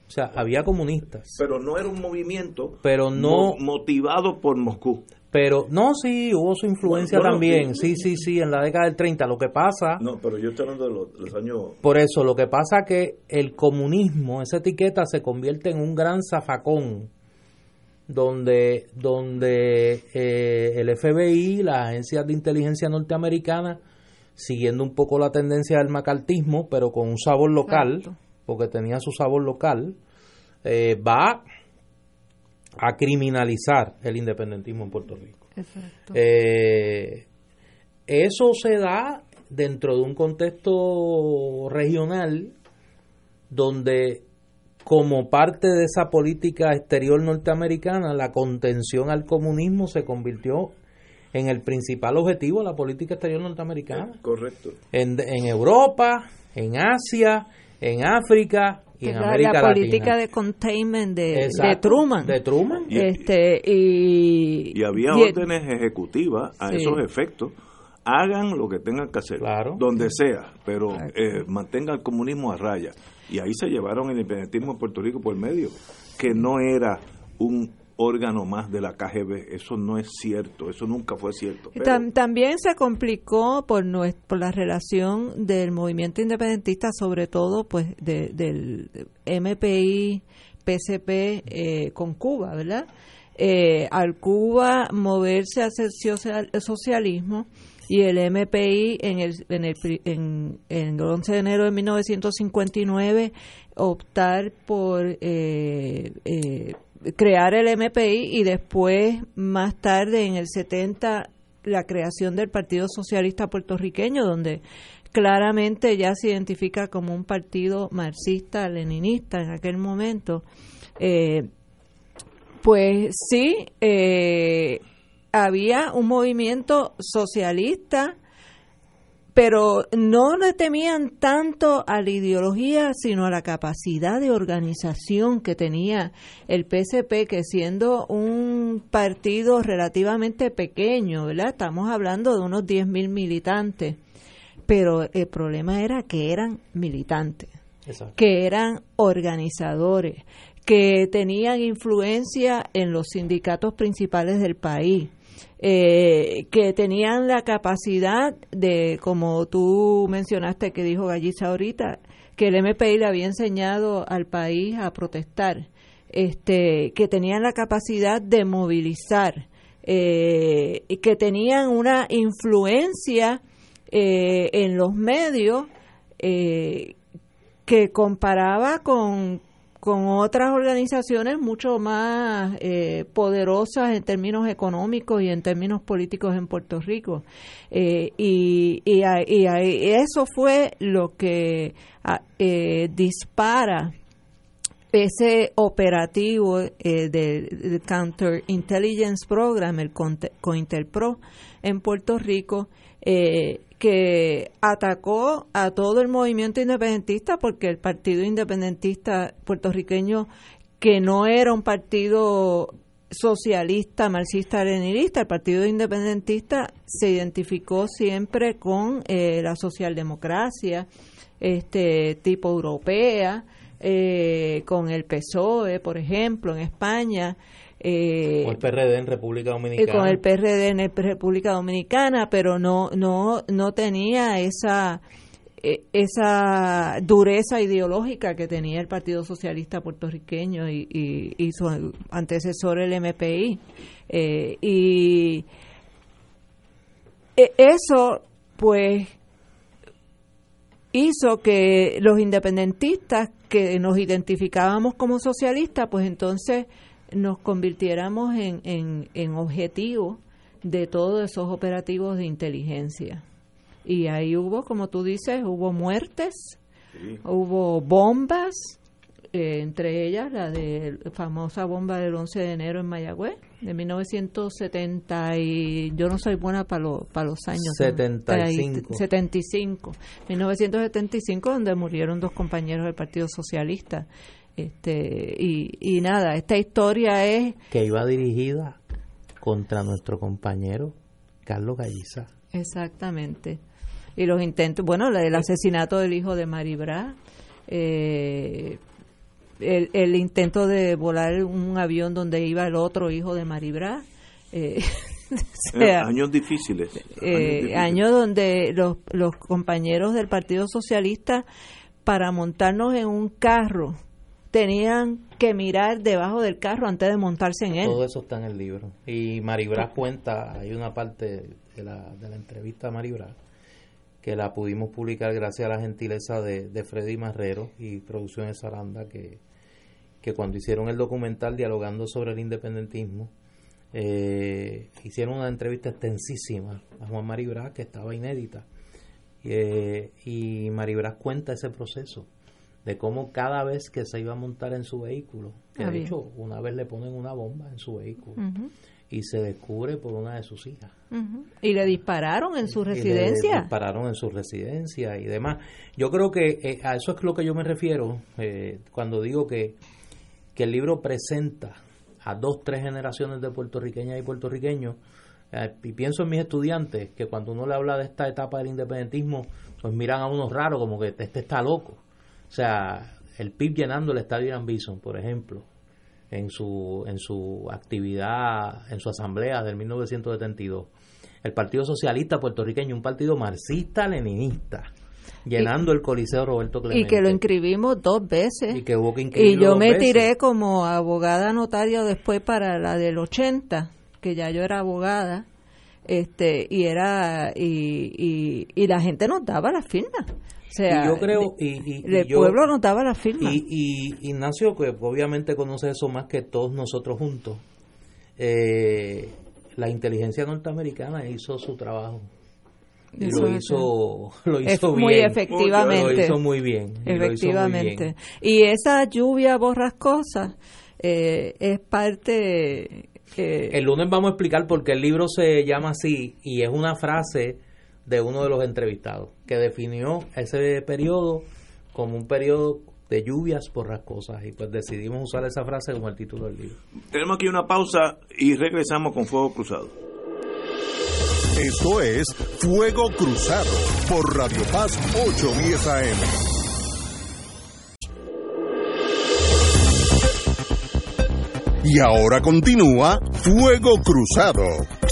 O sea, había comunistas. Pero no era un movimiento motivado por Moscú. Pero no, sí, hubo su influencia también. Sí, en la década del 30. Lo que pasa... No, pero yo estoy hablando de los años... Por eso, lo que pasa que el comunismo, esa etiqueta se convierte en un gran zafacón donde el FBI, las agencias de inteligencia norteamericanas, siguiendo un poco la tendencia del macartismo, pero con un sabor local, exacto, porque tenía su sabor local, va a criminalizar el independentismo en Puerto Rico. Exacto. Eso se da dentro de un contexto regional donde, como parte de esa política exterior norteamericana, la contención al comunismo se convirtió en el principal objetivo de la política exterior norteamericana. Correcto. En Europa, en Asia, en África y en América Latina. La política de containment de Truman. De Truman. Y había órdenes ejecutivas a esos efectos. Hagan lo que tengan que hacer, claro, donde sea, pero mantengan el comunismo a raya. Y ahí se llevaron el independentismo en Puerto Rico por medio, que no era un órgano más de la KGB. Eso no es cierto, eso nunca fue cierto. Pero también se complicó por la relación del movimiento independentista, sobre todo pues del MPI, PCP con Cuba, ¿verdad? Al Cuba moverse hacia el socialismo, y el MPI en el 11 de enero de 1959 optar por crear el MPI, y después, más tarde, en el 70, la creación del Partido Socialista Puertorriqueño, donde claramente ya se identifica como un partido marxista-leninista en aquel momento. Pues sí, había un movimiento socialista, pero no le temían tanto a la ideología, sino a la capacidad de organización que tenía el PCP, que siendo un partido relativamente pequeño, ¿verdad? Estamos hablando de unos 10,000 militantes, pero el problema era que eran militantes, exacto, que eran organizadores, que tenían influencia en los sindicatos principales del país, que tenían la capacidad de, como tú mencionaste, que dijo Galliza ahorita, que el MPI le había enseñado al país a protestar, que tenían la capacidad de movilizar, que tenían una influencia en los medios que comparaba con otras organizaciones mucho más poderosas en términos económicos y en términos políticos en Puerto Rico. Y eso fue lo que dispara ese operativo del Counterintelligence Program, el COINTELPRO, en Puerto Rico, que atacó a todo el movimiento independentista, porque el Partido Independentista puertorriqueño, que no era un partido socialista, marxista-leninista, el Partido Independentista se identificó siempre con la socialdemocracia tipo europea, con el PSOE, por ejemplo, en España, con el PRD en República Dominicana. Con el PRD en República Dominicana, pero no tenía esa dureza ideológica que tenía el Partido Socialista puertorriqueño y su antecesor, el MPI. Y eso, pues, hizo que los independentistas que nos identificábamos como socialistas, pues entonces nos convirtiéramos en objetivos de todos esos operativos de inteligencia. Y ahí hubo, como tú dices, hubo muertes, sí, hubo bombas, entre ellas la famosa bomba del 11 de enero en Mayagüez, de 1970, y yo no soy buena para los años. 1975, donde murieron 2 compañeros del Partido Socialista. Y nada, esta historia es que iba dirigida contra nuestro compañero Carlos Galliza. Exactamente. Y los intentos, bueno, el asesinato del hijo de Maribra, el intento de volar un avión donde iba el otro hijo de Maribra. O sea, años difíciles. Años donde los compañeros del Partido Socialista, para montarnos en un carro, tenían que mirar debajo del carro antes de montarse en él. Todo eso está en el libro. Y Maribra cuenta, hay una parte de la entrevista a Maribra que la pudimos publicar gracias a la gentileza de Freddy Marrero y Producciones Saranda, que cuando hicieron el documental Dialogando sobre el Independentismo, hicieron una entrevista extensísima a Juan Maribra, que estaba inédita, y Maribra cuenta ese proceso de cómo cada vez que se iba a montar en su vehículo, que de hecho una vez le ponen una bomba en su vehículo, y se descubre por una de sus hijas. Y le dispararon en su residencia. Le dispararon en su residencia y demás. Yo creo que a eso es lo que yo me refiero cuando digo que el libro presenta a 2-3 generaciones de puertorriqueñas y puertorriqueños, y pienso en mis estudiantes, que cuando uno le habla de esta etapa del independentismo, pues miran a uno raro, como que este está loco. O sea, el PIB llenando el estadio Irán Bison, por ejemplo, en su actividad, en su asamblea del 1972. El Partido Socialista Puertorriqueño, un partido marxista-leninista, llenando el Coliseo Roberto Clemente. Y que lo inscribimos 2 veces. Y que hubo que inscribirlo. Y yo me tiré como abogada notaria después para la del 80, que ya yo era abogada, y la gente nos daba las firmas. O sea, y yo creo el pueblo nos daba las firmas. Y Ignacio, que obviamente conoce eso más que todos nosotros juntos, la inteligencia norteamericana hizo su trabajo. Y lo hizo muy bien. Efectivamente. Lo hizo muy bien. Efectivamente. Y esa lluvia borrascosa es parte... El lunes vamos a explicar por qué el libro se llama así, y es una frase de uno de los entrevistados que definió ese periodo como un periodo de lluvias borrascosas, y pues decidimos usar esa frase como el título del libro. Tenemos aquí una pausa y regresamos con Fuego Cruzado. Esto es Fuego Cruzado por Radio Paz 810 AM. Y ahora continúa Fuego Cruzado.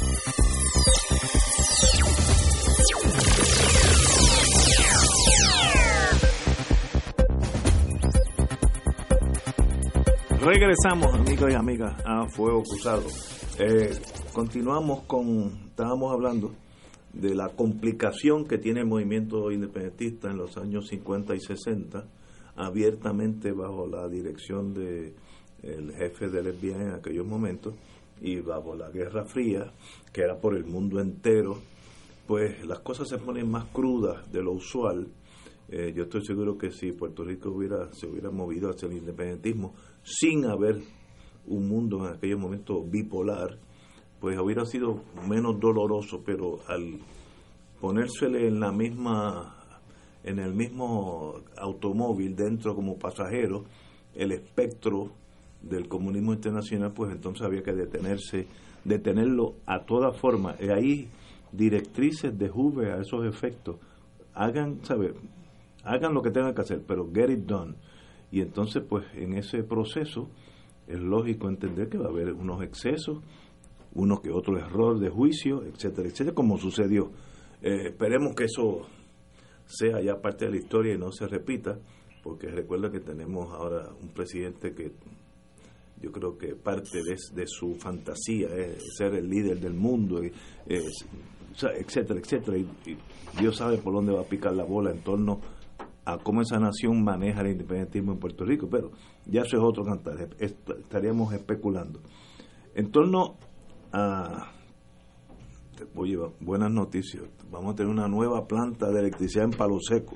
Regresamos, amigos y amigas, a Fuego Cruzado. Continuamos estábamos hablando de la complicación que tiene el movimiento independentista en los años 50 y 60, abiertamente bajo la dirección de el jefe del FBI en aquellos momentos, y bajo la Guerra Fría, que era por el mundo entero, pues las cosas se ponen más crudas de lo usual. Yo estoy seguro que si Puerto Rico se hubiera movido hacia el independentismo sin haber un mundo en aquellos momentos bipolar, pues hubiera sido menos doloroso, pero al ponérsele en el mismo automóvil dentro como pasajero el espectro del comunismo internacional, pues entonces había que detenerlo a toda forma. Y ahí directrices de Hoover a esos efectos: hagan lo que tengan que hacer, pero get it done. Y entonces, pues en ese proceso es lógico entender que va a haber unos excesos, uno que otro error de juicio, etcétera, etcétera, como sucedió. Esperemos que eso sea ya parte de la historia y no se repita, porque recuerda que tenemos ahora un presidente que yo creo que parte de su fantasía es ser el líder del mundo, etcétera, etcétera, y Dios sabe por dónde va a picar la bola en torno a cómo esa nación maneja el independentismo en Puerto Rico, pero ya eso es otro cantar, estaríamos especulando. En torno a... Oye, buenas noticias, vamos a tener una nueva planta de electricidad en Palo Seco.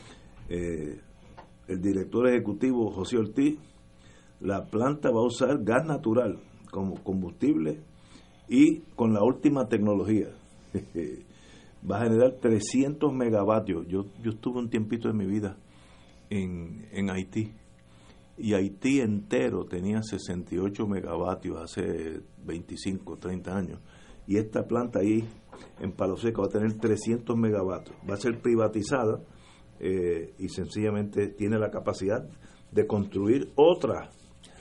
El director ejecutivo, José Ortiz, la planta va a usar gas natural como combustible y con la última tecnología. Va a generar 300 megavatios. Yo estuve un tiempito de mi vida en Haití, y Haití entero tenía 68 megavatios hace 25, 30 años. Y esta planta ahí en Palo Seco va a tener 300 megavatios. Va a ser privatizada y sencillamente tiene la capacidad de construir otra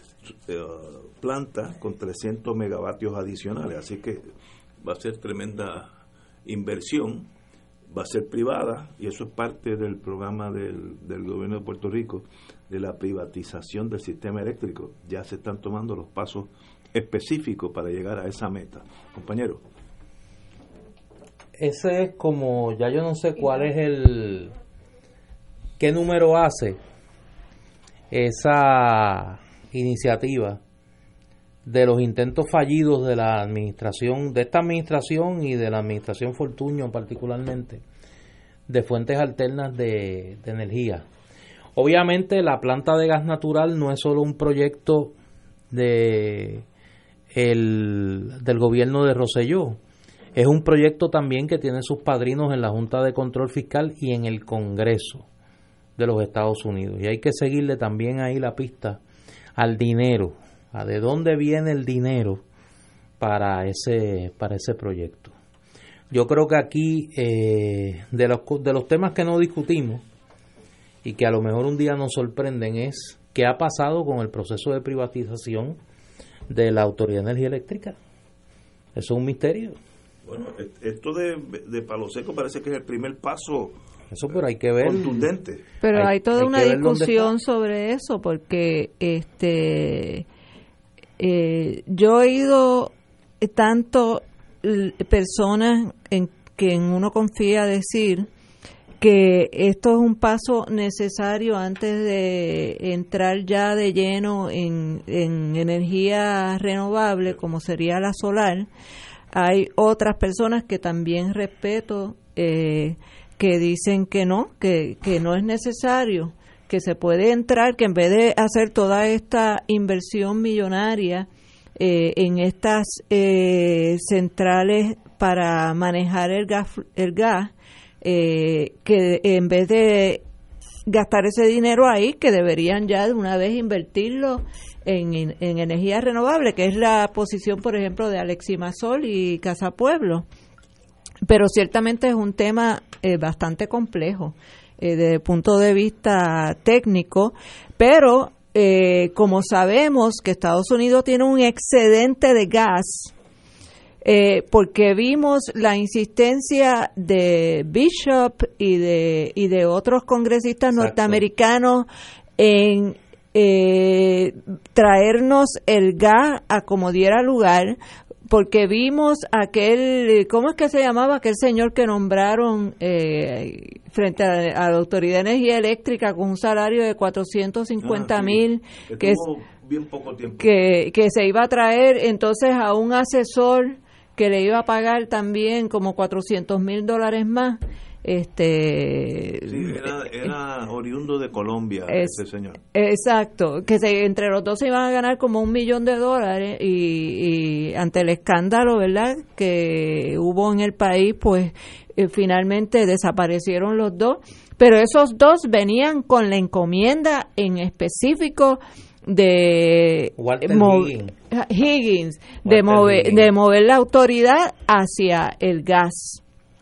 planta con 300 megavatios adicionales, así que va a ser tremenda inversión, va a ser privada, y eso es parte del programa del gobierno de Puerto Rico de la privatización del sistema eléctrico. Ya se están tomando los pasos específicos para llegar a esa meta. Compañero. Ese es como, ya yo no sé cuál es qué número hace esa iniciativa de los intentos fallidos de la administración, de esta administración y de la administración Fortuño particularmente, de fuentes alternas de energía. Obviamente la planta de gas natural no es solo un proyecto del gobierno de Rosselló, es un proyecto también que tiene sus padrinos en la Junta de Control Fiscal y en el Congreso de los Estados Unidos, y hay que seguirle también ahí la pista al dinero, a de dónde viene el dinero para ese proyecto. Yo creo que aquí de los temas que no discutimos y que a lo mejor un día nos sorprenden es qué ha pasado con el proceso de privatización de la Autoridad de Energía Eléctrica. Eso es un misterio. Bueno, esto de Palo Seco parece que es el primer paso. Eso, pero hay que ver, contundente. Pero hay toda una discusión sobre eso, porque yo he oído tanto personas en que uno confía decir que esto es un paso necesario antes de entrar ya de lleno en energía renovable, como sería la solar. Hay otras personas que también respeto que dicen que no es necesario, que se puede entrar, que en vez de hacer toda esta inversión millonaria en estas centrales para manejar el gas, que en vez de gastar ese dinero ahí, que deberían ya de una vez invertirlo en energía renovable, que es la posición, por ejemplo, de Aleximazol y Casa Pueblo. Pero ciertamente es un tema bastante complejo desde el punto de vista técnico, pero como sabemos que Estados Unidos tiene un excedente de gas, porque vimos la insistencia de Bishop y de otros congresistas norteamericanos en traernos el gas a como diera lugar, porque vimos aquel, ¿cómo es que se llamaba? Aquel señor que nombraron frente a la Autoridad de Energía Eléctrica con un salario de $450,000, que estuvo bien poco tiempo, que se iba a traer entonces a un asesor que le iba a pagar también como $400,000 más. Era oriundo de Colombia, ese señor. Exacto, que entre los dos se iban a ganar como $1 millón y ante el escándalo, ¿verdad?, que hubo en el país, pues finalmente desaparecieron los dos, pero esos dos venían con la encomienda en específico de Higgins, de mover la autoridad hacia el gas.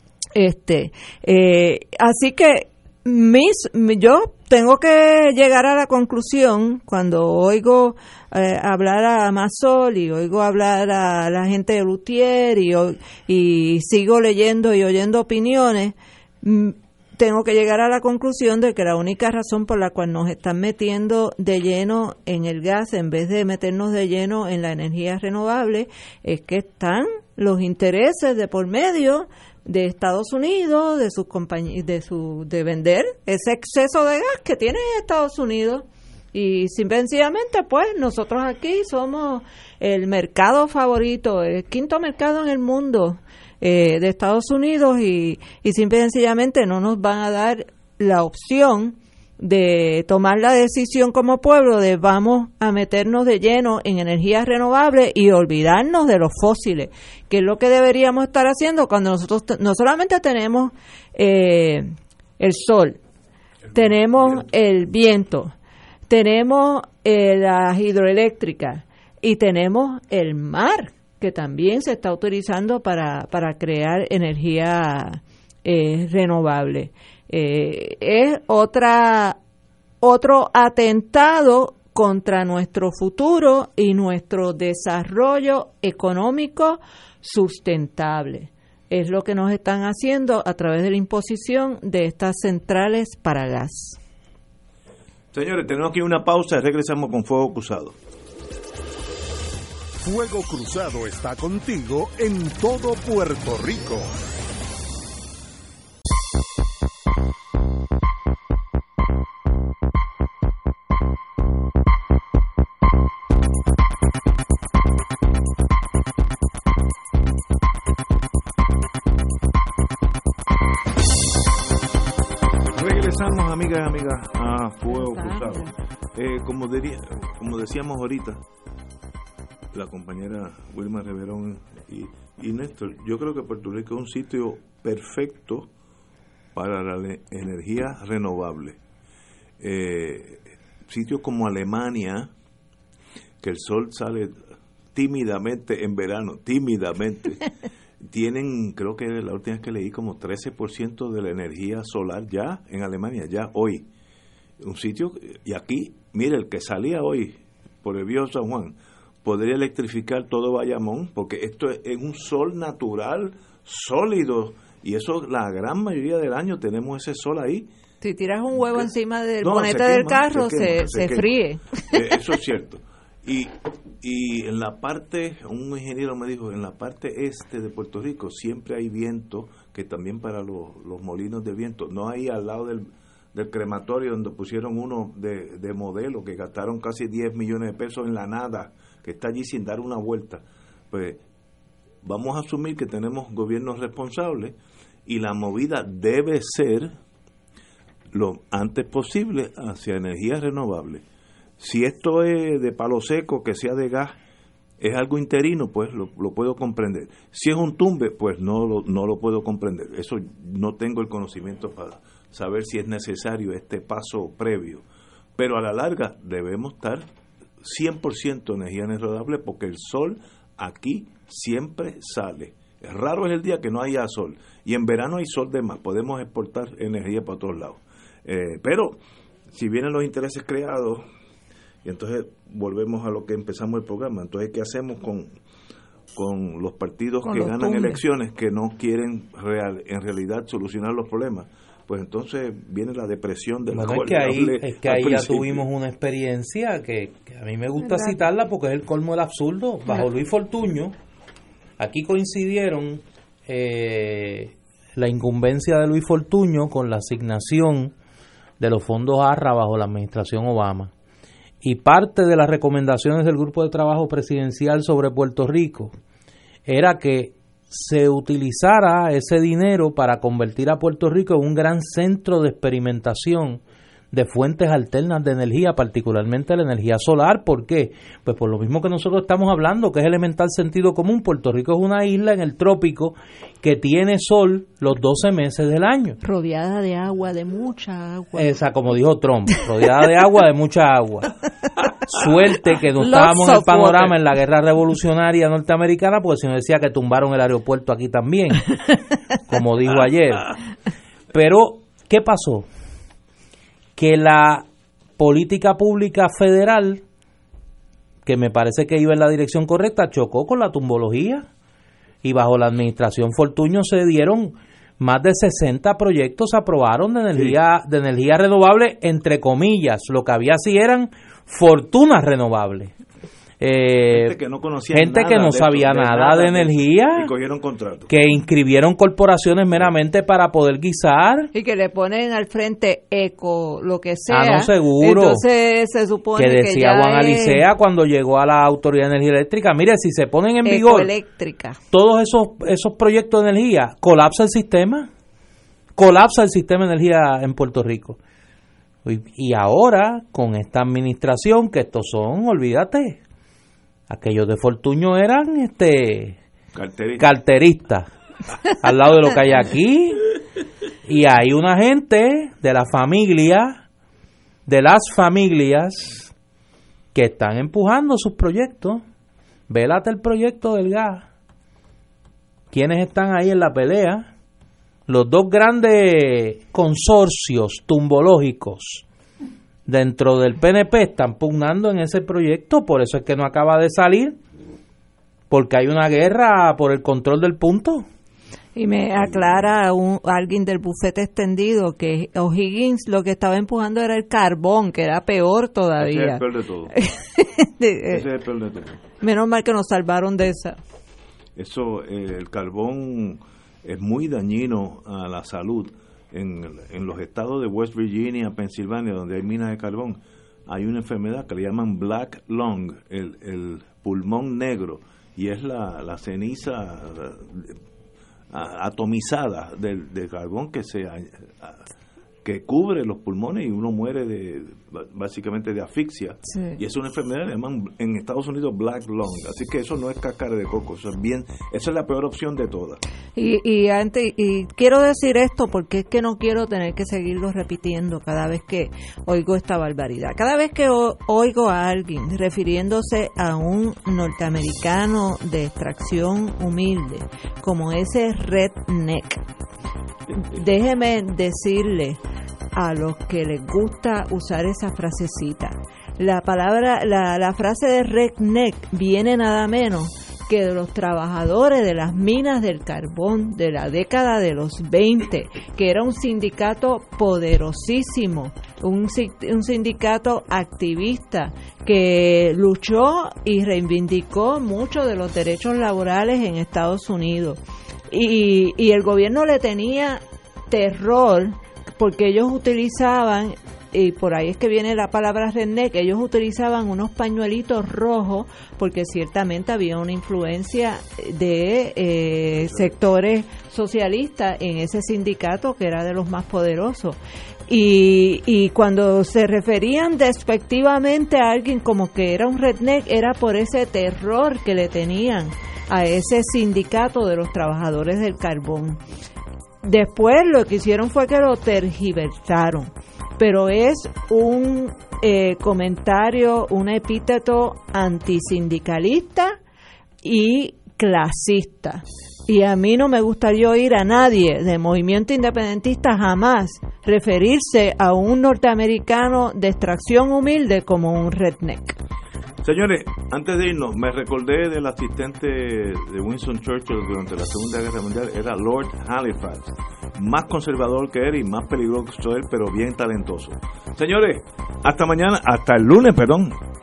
Así que yo tengo que llegar a la conclusión cuando oigo hablar a Masol y oigo hablar a la gente de Luthier y sigo leyendo y oyendo opiniones. Tengo que llegar a la conclusión de que la única razón por la cual nos están metiendo de lleno en el gas en vez de meternos de lleno en la energía renovable es que están los intereses de por medio de Estados Unidos, de sus compañías, de vender ese exceso de gas que tiene Estados Unidos, y sencillamente pues nosotros aquí somos el mercado favorito, el quinto mercado en el mundo de Estados Unidos, y simple y sencillamente no nos van a dar la opción de tomar la decisión como pueblo de vamos a meternos de lleno en energías renovables y olvidarnos de los fósiles, que es lo que deberíamos estar haciendo cuando nosotros no solamente tenemos el sol, tenemos el viento, tenemos las hidroeléctricas y tenemos el mar, que también se está utilizando para crear energía renovable. Es otra otro atentado contra nuestro futuro y nuestro desarrollo económico sustentable. Es lo que nos están haciendo a través de la imposición de estas centrales para gas. Señores, tenemos aquí una pausa y regresamos con Fuego Cruzado. Fuego Cruzado está contigo en todo Puerto Rico. Regresamos, amigas y amigas, a Fuego Cruzado. Como decíamos ahorita, la compañera Wilma Reverón y Néstor, yo creo que Puerto Rico es un sitio perfecto para la energía renovable. Sitios como Alemania, que el sol sale tímidamente en verano, tienen, creo que la última vez que leí, como 13% de la energía solar ya en Alemania, ya hoy. Un sitio, y aquí, mire, el que salía hoy por el viejo San Juan, podría electrificar todo Bayamón, porque esto es un sol natural, sólido, y eso la gran mayoría del año tenemos ese sol ahí. Si tiras un huevo encima del bonete del carro, se fríe. Eso es cierto. Y en la parte, un ingeniero me dijo, en la parte este de Puerto Rico siempre hay viento, que también para los molinos de viento, no hay al lado del crematorio donde pusieron uno de modelo, que gastaron casi 10 millones de pesos en la nada, que está allí sin dar una vuelta. Pues vamos a asumir que tenemos gobiernos responsables y la movida debe ser lo antes posible hacia energías renovables. Si esto es de palo seco, que sea de gas, es algo interino, pues lo puedo comprender. Si es un tumbe, pues no lo puedo comprender. Eso no tengo el conocimiento para saber si es necesario este paso previo. Pero a la larga debemos estar 100% energía renovable, porque el sol aquí siempre sale. Es raro es el día que no haya sol, y en verano hay sol de más, podemos exportar energía para todos lados. Pero si vienen los intereses creados, y entonces volvemos a lo que empezamos el programa, entonces ¿qué hacemos con los partidos que ganan elecciones, que no quieren en realidad solucionar los problemas? Pues entonces viene la depresión de la cual es que ahí ya tuvimos una experiencia que a mí me gusta citarla porque es el colmo del absurdo. Bajo Luis Fortuño, aquí coincidieron la incumbencia de Luis Fortuño con la asignación de los fondos ARRA bajo la administración Obama. Y parte de las recomendaciones del Grupo de Trabajo Presidencial sobre Puerto Rico era que se utilizara ese dinero para convertir a Puerto Rico en un gran centro de experimentación de fuentes alternas de energía, particularmente la energía solar. ¿Por qué? Pues por lo mismo que nosotros estamos hablando, que es elemental sentido común. Puerto Rico es una isla en el trópico que tiene sol los 12 meses del año. Rodeada de agua, de mucha agua. Esa, como dijo Trump, rodeada de agua, de mucha agua. Suerte que no estábamos en el panorama en la guerra revolucionaria norteamericana, porque si no decía que tumbaron el aeropuerto aquí también, como dijo ayer. Pero, ¿qué pasó? Que la política pública federal, que me parece que iba en la dirección correcta, chocó con la tumbología, y bajo la administración Fortuño se dieron más de 60 proyectos, se aprobaron de energía renovable, entre comillas. Lo que había sí eran fortunas renovables. Gente que no conocía gente nada, que no sabía nada de energía, y cogieron contratos, que inscribieron corporaciones meramente para poder guisar, y que le ponen al frente eco lo que sea. No, seguro. Entonces se supone que decía ya Juan Alicea cuando llegó a la Autoridad de Energía Eléctrica, mire, si se ponen en vigor todos esos proyectos de energía, colapsa el sistema de energía en Puerto Rico. Y ahora con esta administración, que estos son, olvídate, aquellos de Fortuño eran carteristas al lado de lo que hay aquí, y hay una gente de las familias que están empujando sus proyectos. Vélate el proyecto del gas. ¿Quiénes están ahí en la pelea? Los dos grandes consorcios tumbológicos dentro del PNP están pugnando en ese proyecto, por eso es que no acaba de salir, porque hay una guerra por el control del punto. Y me aclara alguien del bufete extendido que O'Higgins lo que estaba empujando era el carbón, que era peor todavía. Ese es el peor de todo. Ese es el peor de todo. Menos mal que nos salvaron de esa. Eso, el carbón es muy dañino a la salud. En los estados de West Virginia, Pensilvania, donde hay minas de carbón, hay una enfermedad que le llaman black lung, el pulmón negro, y es la ceniza atomizada del carbón que cubre los pulmones y uno muere básicamente de asfixia. Sí. Y es una enfermedad que llaman en Estados Unidos black lung, así que eso no es cáscara de coco, esa es la peor opción de todas. Y quiero decir esto porque es que no quiero tener que seguirlo repitiendo cada vez que oigo esta barbaridad. Cada vez que oigo a alguien refiriéndose a un norteamericano de extracción humilde como ese redneck, déjeme decirle a los que les gusta usar esa frasecita, la frase de redneck viene nada menos que de los trabajadores de las minas del carbón de la década de los 20, que era un sindicato poderosísimo, un sindicato activista que luchó y reivindicó muchos de los derechos laborales en Estados Unidos. Y el gobierno le tenía terror porque ellos utilizaban, y por ahí es que viene la palabra redneck, ellos utilizaban unos pañuelitos rojos porque ciertamente había una influencia de sectores socialistas en ese sindicato que era de los más poderosos. Y cuando se referían despectivamente a alguien como que era un redneck, era por ese terror que le tenían a ese sindicato de los trabajadores del carbón. Después lo que hicieron fue que lo tergiversaron, pero es un comentario, un epíteto antisindicalista y clasista. Y a mí no me gustaría oír a nadie del movimiento independentista jamás referirse a un norteamericano de extracción humilde como un redneck. Señores, antes de irnos, me recordé del asistente de Winston Churchill durante la Segunda Guerra Mundial, era Lord Halifax, más conservador que él y más peligroso que él, pero bien talentoso. Señores, hasta el lunes, perdón.